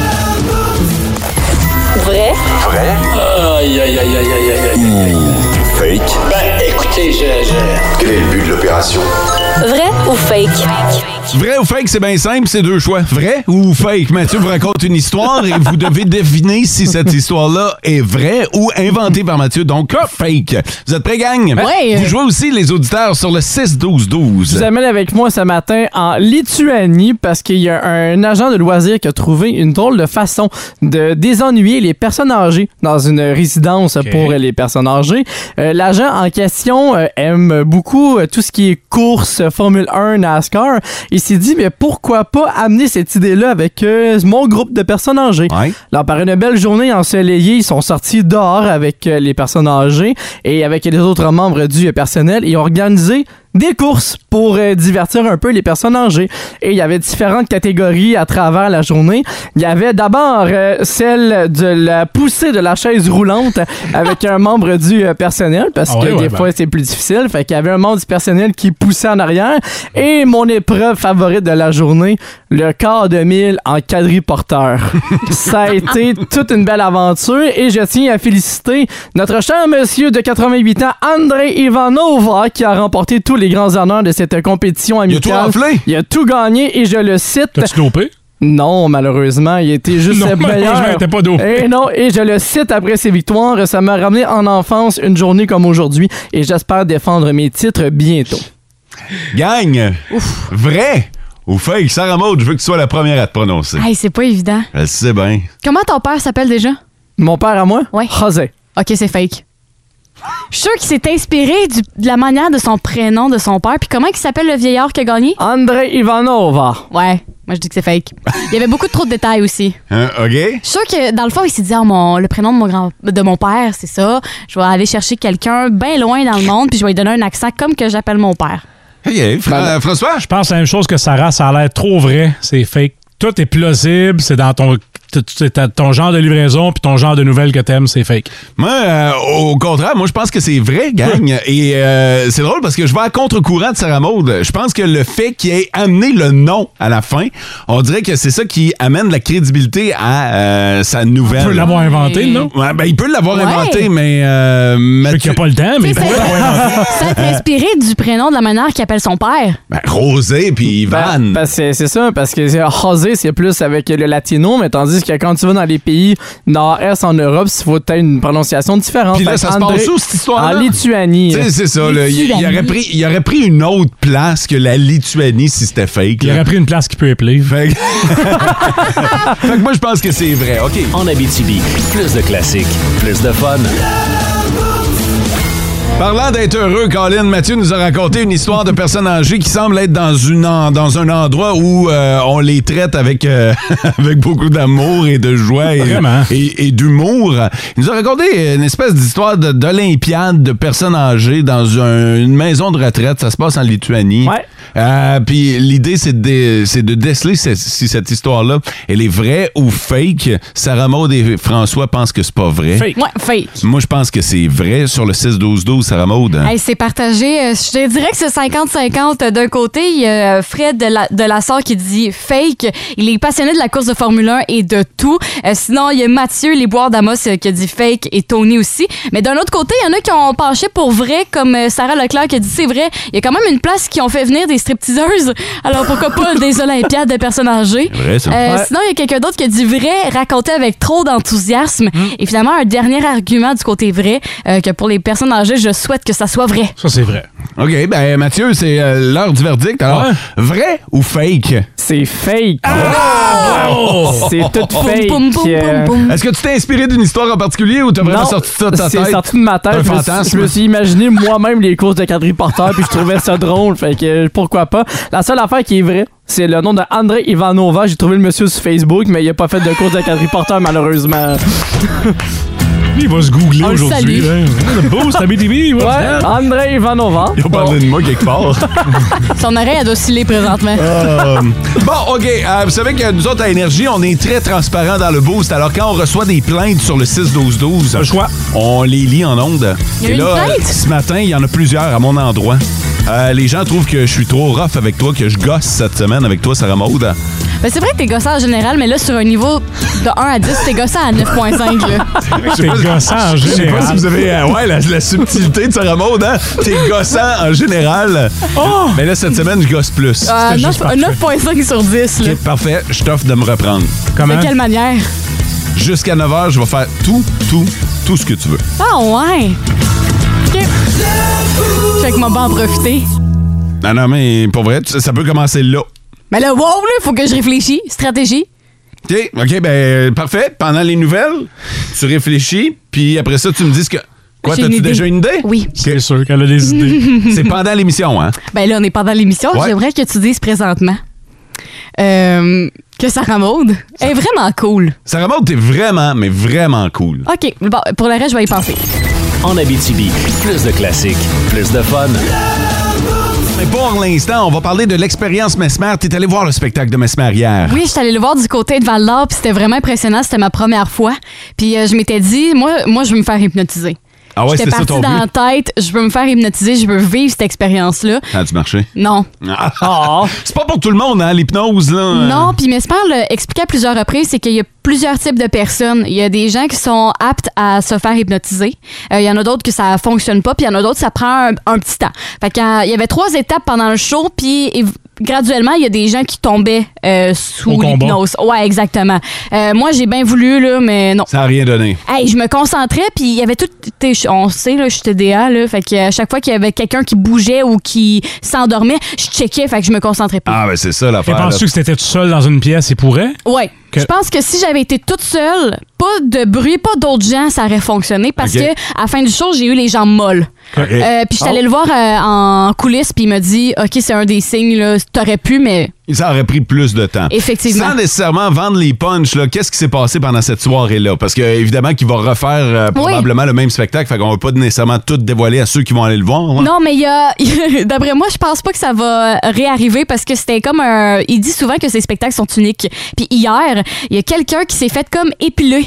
Vrai? Aïe, aïe, aïe, aïe, aïe, aïe, aïe. Fake. Ben, écoutez, Quel est le but de l'opération? Vrai ou fake? Vrai ou fake, c'est bien simple, c'est 2 choix. Vrai ou fake? Mathieu vous raconte une histoire et vous devez deviner si cette histoire-là est vraie ou inventée par Mathieu, donc fake. Vous êtes prêts, gang? Ouais. Vous jouez aussi, les auditeurs, sur le 6-12-12. Je vous amène avec moi ce matin en Lituanie parce qu'il y a un agent de loisirs qui a trouvé une drôle de façon de désennuyer les personnes âgées dans une résidence pour les personnes âgées. L'agent en question aime beaucoup tout ce qui est course, Formule 1, NASCAR. Il s'est dit, mais pourquoi pas amener cette idée-là avec mon groupe de personnes âgées? Ouais. Alors, par une belle journée ensoleillée, ils sont sortis dehors avec les personnes âgées et avec les autres membres du personnel et ont organisé des courses pour divertir un peu les personnes âgées. Et il y avait différentes catégories à travers la journée. Il y avait d'abord celle de la poussée de la chaise roulante avec un membre du personnel parce que des fois c'est plus difficile. Fait qu'il y avait un membre du personnel qui poussait en arrière. Et mon épreuve favorite de la journée, le quart de mille en quadriporteur. Ça a été toute une belle aventure et je tiens à féliciter notre cher monsieur de 88 ans, Andrei Ivanova, qui a remporté tous les grands honneurs de cette compétition amicale. Il a tout raflé? Il a tout gagné et je le cite. T'as-tu dopé? Non, malheureusement, il était juste Non, meilleur. malheureusement, il était pas dopé. Et non, et je le cite après ses victoires, ça m'a ramené en enfance une journée comme aujourd'hui et j'espère défendre mes titres bientôt. Gang, vrai ou fake? Sarah Maud, je veux que tu sois la première à te prononcer. Hey, c'est pas évident. Elle sait bien. Comment ton père s'appelle déjà? Mon père à moi? Ouais. José. OK, c'est fake. Je suis sûr qu'il s'est inspiré de la manière de son prénom de son père. Puis comment il s'appelle le vieillard qui a gagné? Andrei Ivanova. Ouais, moi je dis que c'est fake. Il y avait beaucoup trop de détails aussi. Hein, OK? Je suis sûr que dans le fond, il s'est dit le prénom de mon père, c'est ça. Je vais aller chercher quelqu'un bien loin dans le monde, puis je vais lui donner un accent comme que j'appelle mon père. Hey, François? Je pense à la même chose que Sarah, ça a l'air trop vrai, c'est fake. Tout est plausible, c'est dans ton genre de livraison puis ton genre de nouvelles que t'aimes, c'est fake. Moi, au contraire, moi, je pense que c'est vrai, gang. Et c'est drôle parce que je vais à contre-courant de Sarah Maud. Je pense que le fait qu'il ait amené le nom à la fin, on dirait que c'est ça qui amène la crédibilité à sa nouvelle. Il peut l'avoir inventé, non? Ouais, ben, il peut l'avoir inventé, mais... Mathieu... qu'il n'y a pas le temps, mais il pourrait l'avoir inventé. Ça a été inspiré du prénom de la manière qu'il appelle son père. Ben, Rosé puis Ivan. C'est ça, parce que José, c'est plus avec le latino, mais tandis que quand tu vas dans les pays nord-est en Europe, il faut peut-être une prononciation différente. Puis là, ça se passe où, cette histoire-là? En Lituanie. C'est ça, là, il aurait pris une autre place que la Lituanie si c'était fake. Il aurait pris une place qui peut épeler. Fait que moi, je pense que c'est vrai. OK. En Abitibi, plus de classiques, plus de fun. Parlant d'être heureux, Colin, Mathieu nous a raconté une histoire de personnes âgées qui semblent être dans un endroit où on les traite avec, avec beaucoup d'amour et de joie et d'humour. Il nous a raconté une espèce d'histoire d'Olympiade de personnes âgées dans une maison de retraite. Ça se passe en Lituanie. Ouais. Puis l'idée, c'est de déceler si cette histoire-là, elle est vraie ou fake. Sarah Maud et François pensent que c'est pas vrai. Fake. Ouais, fake. Moi, je pense que c'est vrai. Sur le 6-12-12, Sarah Maud? Hey, c'est partagé. Je te dirais que c'est 50-50. D'un côté, il y a Fred de la Sarre qui dit fake. Il est passionné de la course de Formule 1 et de tout. Sinon, il y a Mathieu Lesboires d'Amos qui a dit fake et Tony aussi. Mais d'un autre côté, il y en a qui ont penché pour vrai, comme Sarah Leclerc qui a dit c'est vrai. Il y a quand même une place qui ont fait venir des stripteaseuses. Alors pourquoi pas des Olympiades de personnes âgées? Vrai, ça. Sinon, il y a quelqu'un d'autre qui a dit vrai, raconté avec trop d'enthousiasme. Et finalement, un dernier argument du côté vrai, que pour les personnes âgées, je souhaite que ça soit vrai. Ça, c'est vrai. OK, ben Mathieu, c'est l'heure du verdict. Alors, vrai ou fake? C'est fake. C'est tout fake. Est-ce que tu t'es inspiré d'une histoire en particulier ou t'as vraiment sorti ça de ta tête? C'est sorti de ma tête. Un fantasme. Je me suis imaginé moi-même les courses de quadriporteurs puis je trouvais ça drôle. Fait que pourquoi pas. La seule affaire qui est vraie, c'est le nom de André Ivanova. J'ai trouvé le monsieur sur Facebook, mais il a pas fait de course de quadriporteur malheureusement. Il va se googler aujourd'hui. Salue. Le boost à BTV. Ouais, André Ivanova. Ils ont parlé de moi quelque part. Son oreille, elle doit osciller présentement. Bon, OK. Vous savez que nous autres, à Énergie, on est très transparent dans le boost. Alors, quand on reçoit des plaintes sur le 6-12-12, le choix. On les lit en ondes. Il y a Et une là, plainte? ce matin, il y en a plusieurs à mon endroit. Les gens trouvent que je suis trop rough avec toi, que je gosse cette semaine avec toi, Sarah Maud. Ben, c'est vrai que t'es gossant en général, mais là, sur un niveau de 1 à 10, t'es gossant à 9.5. Là. T'es gossant en Je sais pas général. si vous avez la subtilité de Sarah Maud, hein? T'es gossant en général. Mais là, cette semaine, je gosse plus. 9.5 sur 10. Là. OK, parfait. Je t'offre de me reprendre. Comment? De quelle manière? Jusqu'à 9h, je vais faire tout ce que tu veux. Ah ouais! OK. Fait que m'a pas en profiter. Non, mais pour vrai, ça peut commencer là. Mais là, wow, là, faut que je réfléchisse. Stratégie. OK, ben parfait. Pendant les nouvelles, tu réfléchis, puis après ça, tu me dis ce que... Quoi, J'ai t'as-tu une idée. déjà une idée? Oui. C'est sûr qu'elle a des idées. C'est pendant l'émission, hein? Ben là, on est pendant l'émission. Ouais. J'aimerais que tu dises présentement que Sarah Maud est vraiment cool. Sarah Maud, t'es vraiment, mais vraiment cool. OK. Bon, pour le reste, je vais y penser. En Abitibi, plus de classiques, plus de fun. Mais pour l'instant, on va parler de l'expérience Mesmer. T'es allé voir le spectacle de Mesmer hier. Oui, je suis allée le voir du côté de Val-d'Or, puis c'était vraiment impressionnant. C'était ma première fois. Puis je m'étais dit, moi, je veux me faire hypnotiser. Ah ouais, J'étais c'était ça partie ton dans la but? tête, je veux me faire hypnotiser, je veux vivre cette expérience-là. Ça a-tu marché? Non. C'est pas pour tout le monde, hein, l'hypnose, là. Non, puis Mesmer l'a expliqué à plusieurs reprises, c'est qu'il y a plusieurs types de personnes. Il y a des gens qui sont aptes à se faire hypnotiser. Il y en a d'autres que ça fonctionne pas, puis il y en a d'autres ça prend un petit temps. Fait qu'il y avait 3 étapes pendant le show, puis graduellement, il y a des gens qui tombaient sous l'hypnose. Ouais, exactement. Moi, j'ai bien voulu, là, mais non. Ça n'a rien donné. Hey, je me concentrais, puis il y avait tout... On sait, là, je suis TDA, là, fait que à chaque fois qu'il y avait quelqu'un qui bougeait ou qui s'endormait, je checkais, fait que je me concentrais pas. Ah, ben c'est ça l'affaire. Et penses-tu que c'était tout seul dans une pièce et pourrait? Ouais. Je pense que si j'avais été toute seule, pas de bruit, pas d'autres gens, ça aurait fonctionné parce que à la fin du show, j'ai eu les jambes molles. Puis je suis allée le voir en coulisses, puis il m'a dit OK, c'est un des signes, là, t'aurais pu, mais. Ça aurait pris plus de temps. Effectivement. Sans nécessairement vendre les punchs, là, qu'est-ce qui s'est passé pendant cette soirée-là? Parce que évidemment qu'il va refaire probablement le même spectacle, fait qu'on va pas nécessairement tout dévoiler à ceux qui vont aller le voir. Hein? Non, mais il y a d'après moi, je pense pas que ça va réarriver parce que c'était comme un. Il dit souvent que ces spectacles sont uniques. Puis hier, il y a quelqu'un qui s'est fait comme épiler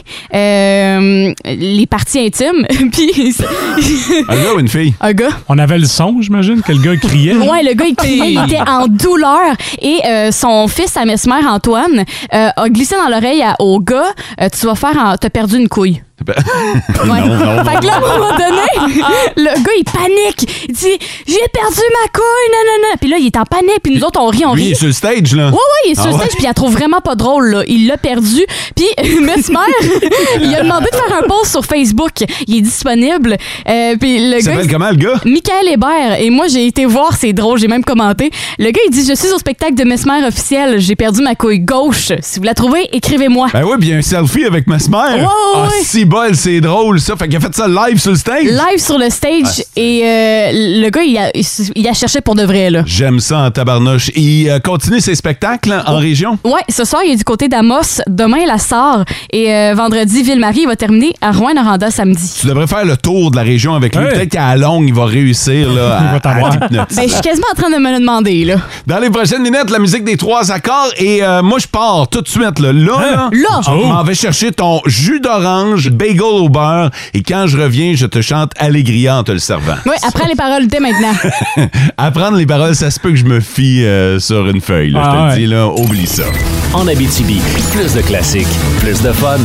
les parties intimes. Puis un gars ou une fille? Un gars. On avait le son, j'imagine, que le gars criait. Ouais, le gars, il criait, il était en douleur. Et son fils, à Mesmer, Antoine, a glissé dans l'oreille au gars, tu vas faire t'as perdu une couille. Non. Fait que là, à un moment donné, le gars, il panique. Il dit, j'ai perdu ma couille, non. Puis là, il est en panique. Puis nous autres, on rit. Lui, il est sur le stage, là. Ouais, il est sur le stage. Puis il la trouve vraiment pas drôle, là. Il l'a perdu. Puis Mesmer, il a demandé de faire un post sur Facebook. Il est disponible. Puis le il s'appelle comment, le gars? Michael Hébert. Et moi, j'ai été voir, c'est drôle, j'ai même commenté. Le gars, il dit, je suis au spectacle de Mesmer officiel. J'ai perdu ma couille gauche. Si vous la trouvez, écrivez-moi. Ben oui, puis il y a un selfie avec Mesmer. Ouais. Si bol, c'est drôle, ça. Fait qu'il a fait ça live sur le stage. Live sur le stage. Et le gars, il a cherché pour de vrai, là. J'aime ça en tabarnouche. Il continue ses spectacles en région? Ouais, ce soir, il est du côté d'Amos. Demain, la Sarre. Et vendredi, Ville-Marie, il va terminer à Rouyn-Noranda samedi. Tu devrais faire le tour de la région avec lui. Ouais. Peut-être qu'à Longue, il va réussir là, Il va t'avoir. t'hypnotiser. Ben, je suis quasiment en train de me le demander, là. Dans les prochaines minutes, la musique des 3 accords. Et moi, je pars tout de suite. Là, Là? je m'en vais chercher ton jus d'orange, bagel au beurre et quand je reviens, je te chante Allegria en te le servant. Oui, apprends les paroles dès maintenant. Apprendre les paroles, ça se peut que je me fie sur une feuille. Là, je te le dis, là, oublie ça. En Abitibi, plus de classiques, plus de fun.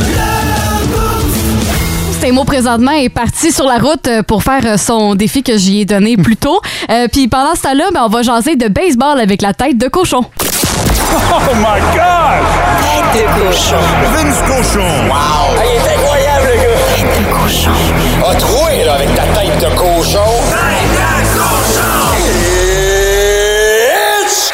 Stémo, présentement, est parti sur la route pour faire son défi que j'y ai donné plus tôt. Puis pendant ce temps-là, on va jaser de baseball avec la tête de cochon. Oh my God! Tête de cochon. Vince cochon. Wow! Ah, il est incroyable, le gars! Tête de cochon. A troué, là, avec ta tête de cochon. Tête de cochon! It's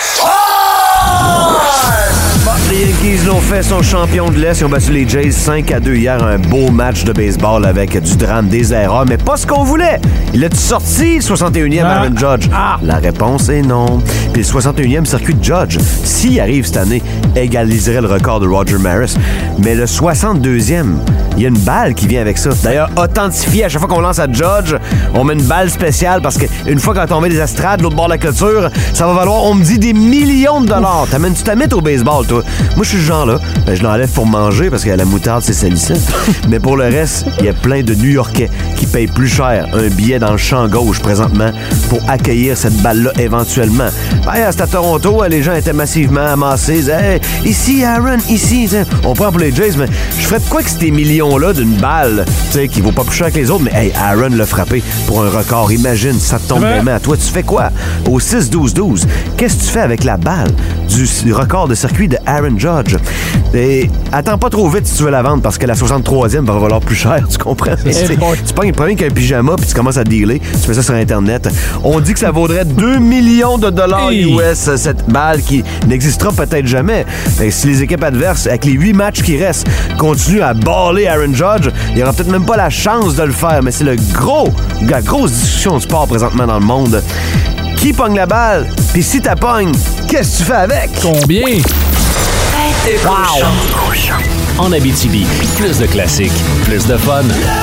time! Les Yankees l'ont fait, sont champions de l'Est. Ils ont battu les Jays 5-2 hier. Un beau match de baseball avec du drame, des erreurs, mais pas ce qu'on voulait. Il a sorti le 61e Aaron Judge? La réponse est non. Puis le 61e circuit de Judge, s'il arrive cette année, égaliserait le record de Roger Maris. Mais le 62e, il y a une balle qui vient avec ça. D'ailleurs, authentifié, à chaque fois qu'on lance à Judge, on met une balle spéciale parce qu'une fois qu'on met des estrades de l'autre bord de la clôture, ça va valoir, on me dit, des millions de dollars. Tu t'amènes au baseball, toi. Moi, je suis ce genre-là. Je l'enlève pour manger parce que la moutarde, c'est salissant. Mais pour le reste, il y a plein de New-Yorkais qui payent plus cher un billet dans le champ gauche présentement pour accueillir cette balle-là éventuellement. C'était à Toronto, les gens étaient massivement amassés. Hey, ici, Aaron, ici. On prend pour les Jays, mais je ferais de quoi que ces millions-là d'une balle qui vaut pas plus cher que les autres, mais hey, Aaron l'a frappé pour un record. Imagine, ça te tombe vraiment à toi. Tu fais quoi? Au 6-12-12, qu'est-ce que tu fais avec la balle du record de circuit de Aaron Judge? Et attends pas trop vite si tu veux la vendre parce que la 63e va valoir plus cher, tu comprends? Tu pognes le premier qu'un pyjama puis tu commences à dealer, tu fais ça sur Internet. On dit que ça vaudrait 2 millions de dollars US, cette balle qui n'existera peut-être jamais. Et si les équipes adverses, avec les 8 matchs qui restent, continuent à baller Aaron Judge, il n'y aura peut-être même pas la chance de le faire, mais c'est la grosse discussion de sport présentement dans le monde. Qui pogne la balle? Puis si t'as pogne, qu'est-ce que tu fais avec? Combien? Tête de cochon. En Abitibi, plus de classiques, plus de fun.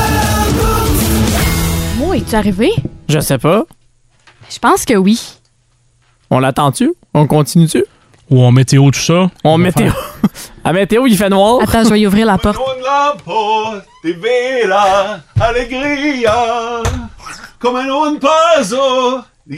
Moi, es-tu arrivé? Je sais pas. Je pense que oui. On l'attend-tu? On continue-tu? Ou on météo tout ça? On météo. À météo, il fait noir. Attends, je vais y ouvrir la porte. Alegria, comme un paso,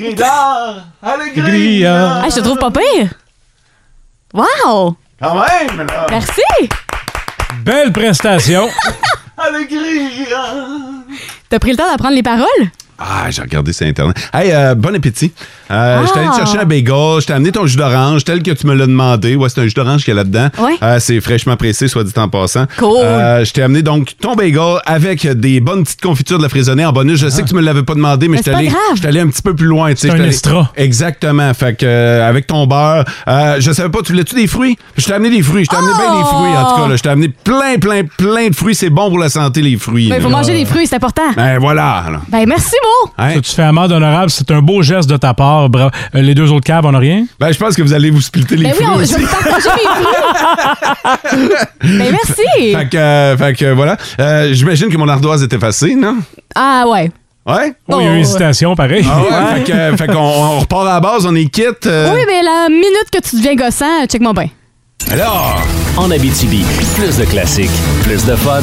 alegria. Je te trouve pas pire. Wow! Quand même, là. Merci! Belle prestation! Alegria. T'as pris le temps d'apprendre les paroles? Ah, j'ai regardé sur Internet. Hey, bon appétit. Je t'ai allé te chercher un bagel, je t'ai amené ton jus d'orange tel que tu me l'as demandé. Ouais, c'est un jus d'orange qu'il y a là-dedans. Ouais. C'est fraîchement pressé, soit dit en passant. Cool. Je t'ai amené donc ton bagel avec des bonnes petites confitures de la fraisonnée en bonus. Je sais que tu me l'avais pas demandé, mais je suis allé un petit peu plus loin. C'est un extra. Exactement. Fait que avec ton beurre, je savais pas, tu voulais-tu des fruits? Je t'ai amené des fruits. Je t'ai amené bien des fruits, en tout cas. Là. Je t'ai amené plein de fruits. C'est bon pour la santé, les fruits. Il faut manger des fruits, c'est important. Ben voilà. Là. Ben merci, Mo. Hein? Ça, tu fais amende honorable. C'est un beau geste de ta part. Les deux autres caves, on n'a rien? Ben, je pense que vous allez vous splitter les fruits. Oui, je vais partager mes fruits. Ben merci. Fait que voilà. J'imagine que mon ardoise est effacée, non? Ah ouais. Ouais? Oh, il y a une hésitation, pareil. Ah ouais, fait qu'on repart à la base, on est quitte. Oui, mais la minute que tu deviens gossant, check-moi bien. Alors! En Abitibi, plus de classiques, plus de fun.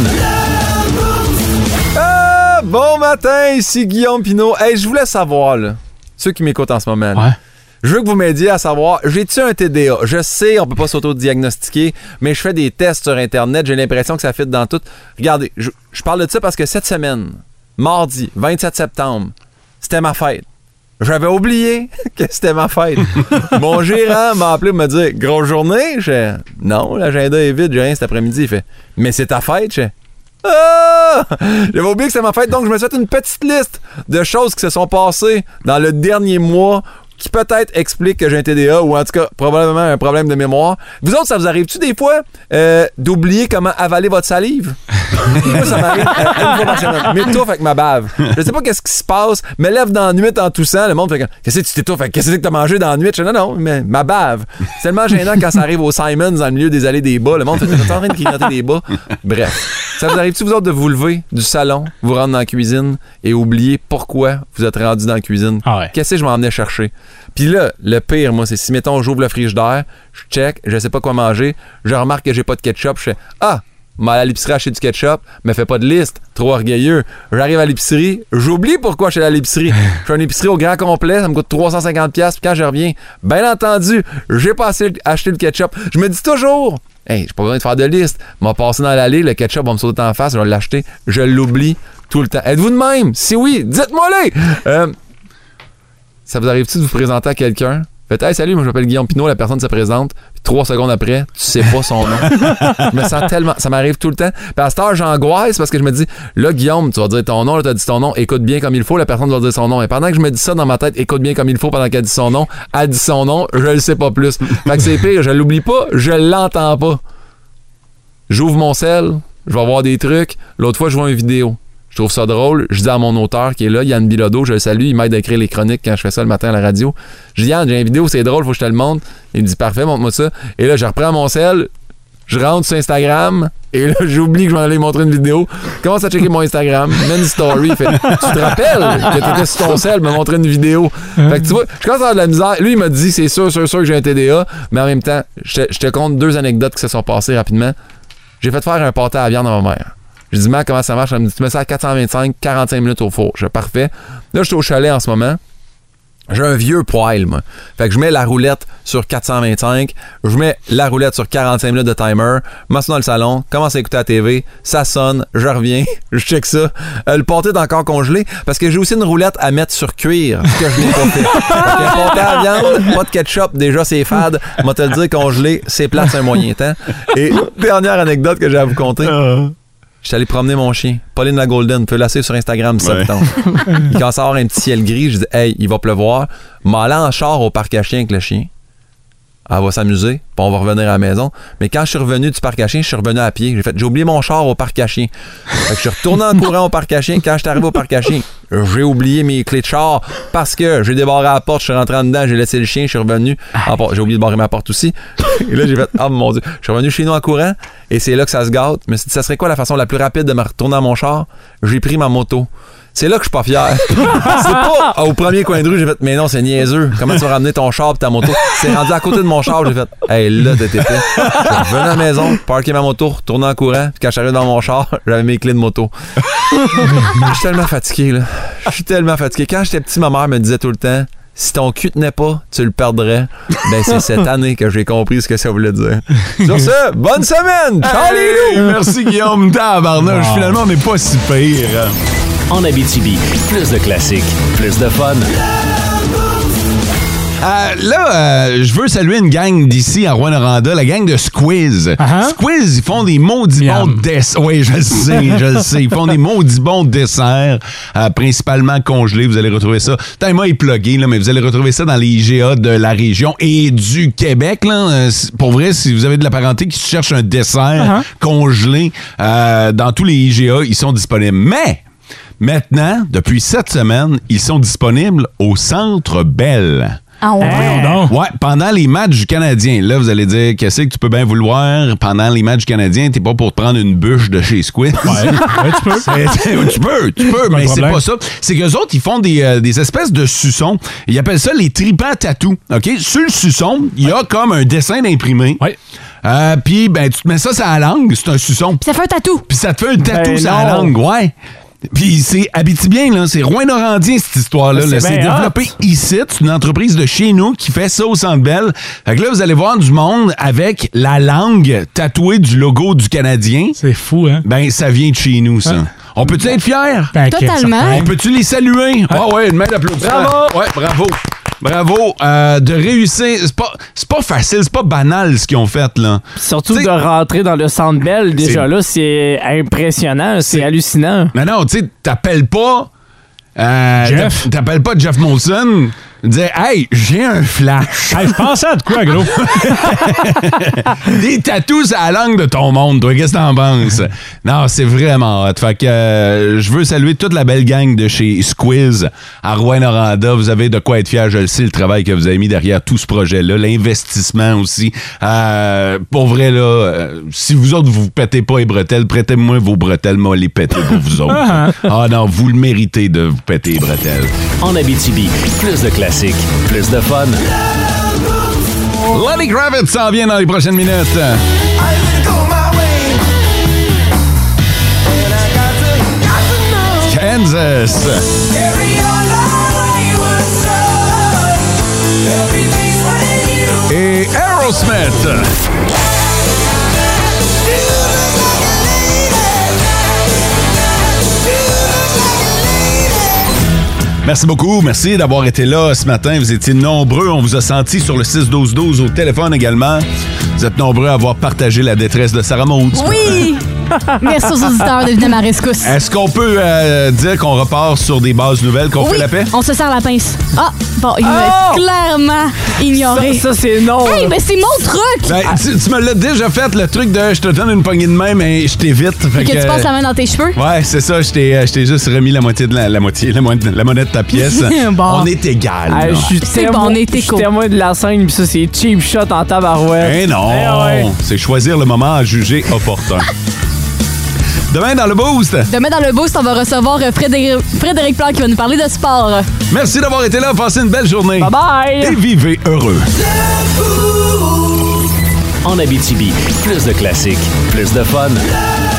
Bon matin, ici Guillaume Pinault. Hey, je voulais savoir, là, ceux qui m'écoutent en ce moment, là, je veux que vous m'aidiez à savoir, j'ai-tu un TDA? Je sais, on peut pas s'auto-diagnostiquer, mais je fais des tests sur Internet, j'ai l'impression que ça fit dans tout. Regardez, je parle de ça parce que cette semaine, mardi, 27 septembre, c'était ma fête. J'avais oublié que c'était ma fête. Mon gérant m'a appelé pour me dire « Grosse journée? » Je fais « Non, l'agenda est vide, j'ai rien cet après-midi. » Il fait « Mais c'est ta fête? » Je fais « Ah! » J'avais oublié que c'était ma fête, donc je me suis fait une petite liste de choses qui se sont passées dans le dernier mois qui peut-être explique que j'ai un TDA ou en tout cas probablement un problème de mémoire. Vous autres, ça vous arrive-tu des fois d'oublier comment avaler votre salive? Moi, ça m'arrive une fois par semaine. M'étouffe avec ma bave. Je sais pas qu'est-ce qui se passe. Me lève dans la nuit en toussant. Le monde fait qu'est-ce que tu t'étouffes? Qu'est-ce que t'as mangé dans la nuit? Je dis, non, mais ma bave. C'est tellement gênant quand ça arrive au Simons dans le milieu des allées des bas. Le monde fait t'es en train de grignoter des bas. Bref. Ça vous arrive-tu, vous autres, de vous lever du salon, vous rendre dans la cuisine et oublier pourquoi vous êtes rendu dans la cuisine? Ah ouais. Qu'est-ce que je m'en venais chercher? Puis là, le pire, moi, c'est si, mettons, j'ouvre le frigidaire, je check, je sais pas quoi manger, je remarque que j'ai pas de ketchup, je fais « Ah! m'aller à l'épicerie acheter du ketchup, mais fais pas de liste, trop orgueilleux. J'arrive à l'épicerie, j'oublie pourquoi je suis allé à l'épicerie. Je fais une épicerie au grand complet, ça me coûte 350$, puis quand je reviens, bien entendu, j'ai pas assez acheté le ketchup. Je me dis toujours, hey, j'ai pas besoin de faire de liste. M'a passé dans l'allée, le ketchup va me sauter en face, je vais l'acheter. Je l'oublie tout le temps. Êtes-vous de même? Si oui, dites-moi-les! Ça vous arrive-tu de vous présenter à quelqu'un? Faites, hey, salut, moi je m'appelle Guillaume Pinot, la personne se présente, puis 3 secondes après, tu sais pas son nom. Je me sens tellement. Ça m'arrive tout le temps. Puis à cette heure, j'angoisse parce que je me dis, là, Guillaume, tu vas dire ton nom, là, t'as dit ton nom, écoute bien comme il faut, la personne va dire son nom. Et pendant que je me dis ça dans ma tête, écoute bien comme il faut, pendant qu'elle dit son nom, elle dit son nom, je le sais pas plus. Fait que c'est pire, je l'oublie pas, je l'entends pas. J'ouvre mon sel, je vais voir des trucs. L'autre fois, je vois une vidéo. Je trouve ça drôle. Je dis à mon auteur qui est là, Yann Bilodeau, je le salue, il m'aide à écrire les chroniques quand je fais ça le matin à la radio. Je dis, Yann, j'ai une vidéo, c'est drôle, faut que je te le montre. Il me dit, parfait, montre-moi ça. Et là, je reprends mon sel, je rentre sur Instagram, et là, j'oublie que je m'en allais montrer une vidéo. Je commence à checker mon Instagram, mets une story, fait, tu te rappelles que t'étais sur ton sel, me montrer une vidéo. Fait que tu vois, je commence à avoir de la misère. Lui, il m'a dit, c'est sûr que j'ai un TDA, mais en même temps, je te compte 2 anecdotes qui se sont passées rapidement. J'ai fait faire un pâté à la viande à ma mère. Je dis, comment ça marche? Elle me dit, tu mets ça à 425, 45 minutes au four. Je dis, parfait. Là, je suis au chalet en ce moment. J'ai un vieux poêle, moi. Fait que je mets la roulette sur 425, je mets la roulette sur 45 minutes de timer, je m'assois dans le salon, commence à écouter la TV, ça sonne, je reviens, je check ça. Le pâté est encore congelé, parce que j'ai aussi une roulette à mettre sur cuire, ce que je n'ai pas fait. Un pâté à viande, pas de ketchup, déjà c'est fade. Moi te le dire, congelé, c'est plat, c'est un moyen temps. Et dernière anecdote que j'ai à vous conter. J'étais allé promener mon chien, Pauline la Golden, tu peux la suivre sur Instagram si ça te tente. Il commence à avoir un petit ciel gris, je dis hey, il va pleuvoir. M'allais en char au parc à chiens avec le chien. Elle va s'amuser, puis on va revenir à la maison. Mais quand je suis revenu du parc à chiens, je suis revenu à pied. J'ai oublié mon char au parc à chiens. Fait que je suis retourné en courant au parc à chiens. Quand je suis arrivé au parc à chiens, j'ai oublié mes clés de char parce que j'ai débarré la porte, je suis rentré en dedans, j'ai laissé le chien, je suis revenu. J'ai oublié de barrer ma porte aussi. Et là, j'ai fait oh mon Dieu. Je suis revenu chez nous en courant et c'est là que ça se gâte. Mais ça serait quoi la façon la plus rapide de me retourner à mon char? J'ai pris ma moto. C'est là que je suis pas fier. C'est pas au premier coin de rue, j'ai fait mais non, c'est niaiseux. Comment tu vas ramener ton char et ta moto? C'est rendu à côté de mon char, j'ai fait hey là t'étais fait. Je suis revenu à la maison, parké ma moto, retourné en courant, puis quand je suis arrivé dans mon char, j'avais mes clés de moto. Je suis tellement fatigué là. Je suis tellement fatigué. Quand j'étais petit, ma mère me disait tout le temps si ton cul tenait pas, tu le perdrais. Ben, c'est cette année que j'ai compris ce que ça voulait dire. Sur ce, bonne semaine! Ciao les loups! Merci Guillaume, tabarnouche. Finalement, on n'est pas si pire. En Abitibi, plus de classiques, plus de fun. Je veux saluer une gang d'ici à Rouyn-Noranda, la gang de Squiz. Squiz, ils font des maudits bons desserts. Oui, je le sais. Ils font des maudits bons desserts, principalement congelés. Vous allez retrouver ça. Moi, il est plugué, là, mais vous allez retrouver ça dans les IGA de la région et du Québec. Là. Pour vrai, si vous avez de la parenté qui cherche un dessert congelé, dans tous les IGA, ils sont disponibles. Mais maintenant, depuis cette semaine, ils sont disponibles au Centre Bell. Ah ouais? Ouais, pendant les matchs du Canadien. Là, vous allez dire, qu'est-ce que tu peux bien vouloir pendant les matchs du Canadien? T'es pas pour te prendre une bûche de chez Squiz. Ouais, tu peux. Tu peux, mais c'est pas ça. C'est qu'eux autres, ils font des espèces de suçons. Ils appellent ça les tripants tatou. OK? Sur le suçon, il y a comme un dessin d'imprimé. Ouais. Puis, ben, tu te mets ça sur la langue, c'est un suçon. Puis ça fait un tatou. Puis ça te fait un tatou sur la langue, ouais. Puis c'est Abitibien, là. C'est Rouyn-Norandien, cette histoire-là. Là. C'est développé ici. C'est une entreprise de chez nous qui fait ça au Centre Bell. Fait que là, vous allez voir du monde avec la langue tatouée du logo du Canadien. C'est fou, hein? Ben, ça vient de chez nous, ça. On peut-tu être fiers? Ben, totalement. On peut-tu les saluer? Ah ouais, une main d'applaudissement. Bravo! Ouais, bravo. Bravo de réussir. C'est pas facile, c'est pas banal ce qu'ils ont fait, là. Surtout de rentrer dans le Centre Bell, déjà là, c'est impressionnant, c'est hallucinant. Mais non, tu sais, t'appelles pas... Jeff. T'appelles pas Jeff Molson, dire hey, j'ai un flash. Hey, je pensais à de quoi, gros? Des tatous à la langue de ton monde, toi, qu'est-ce que t'en penses? Non, c'est vraiment hot. Fait que je veux saluer toute la belle gang de chez Squiz à Rouyn-Noranda. Vous avez de quoi être fiers, je le sais, le travail que vous avez mis derrière tout ce projet-là, l'investissement aussi. Pour vrai, là, si vous autres, vous pétez pas les bretelles, prêtez-moi vos bretelles, moi les péter pour vous autres. Ah non, vous le méritez de vous péter les bretelles. En Abitibi, plus de classiques, plus de fun. Lenny Kravitz s'en vient dans les prochaines minutes. Kansas. Et Aerosmith. Merci beaucoup. Merci d'avoir été là ce matin. Vous étiez nombreux. On vous a senti sur le 6-12-12 au téléphone également. Vous êtes nombreux à avoir partagé la détresse de Sarah Maud. Oui! Merci aux auditeurs de venir à ma rescousse. Est-ce qu'on peut dire qu'on repart sur des bases nouvelles, qu'on fait la paix? On se serre la pince. Ah, bon, il m'a clairement ignoré. Ça c'est non. Hey, mais c'est mon truc! Ben, tu me l'as déjà fait, le truc de je te donne une poignée de main, mais je t'évite. Et que tu passes la main dans tes cheveux? Ouais, c'est ça. Je t'ai juste remis la moitié de la monnaie de ta pièce. Bon. On est égal. C'est bon, on est éco. témoin de la scène, puis ça, c'est cheap shot en tabarouette. Eh non! Ouais. C'est choisir le moment à juger opportun. Demain dans le Boost. Demain dans le Boost, on va recevoir Frédéric Plante qui va nous parler de sport. Merci d'avoir été là. Passez une belle journée. Bye bye. Et vivez heureux. En Abitibi, plus de classiques, plus de fun.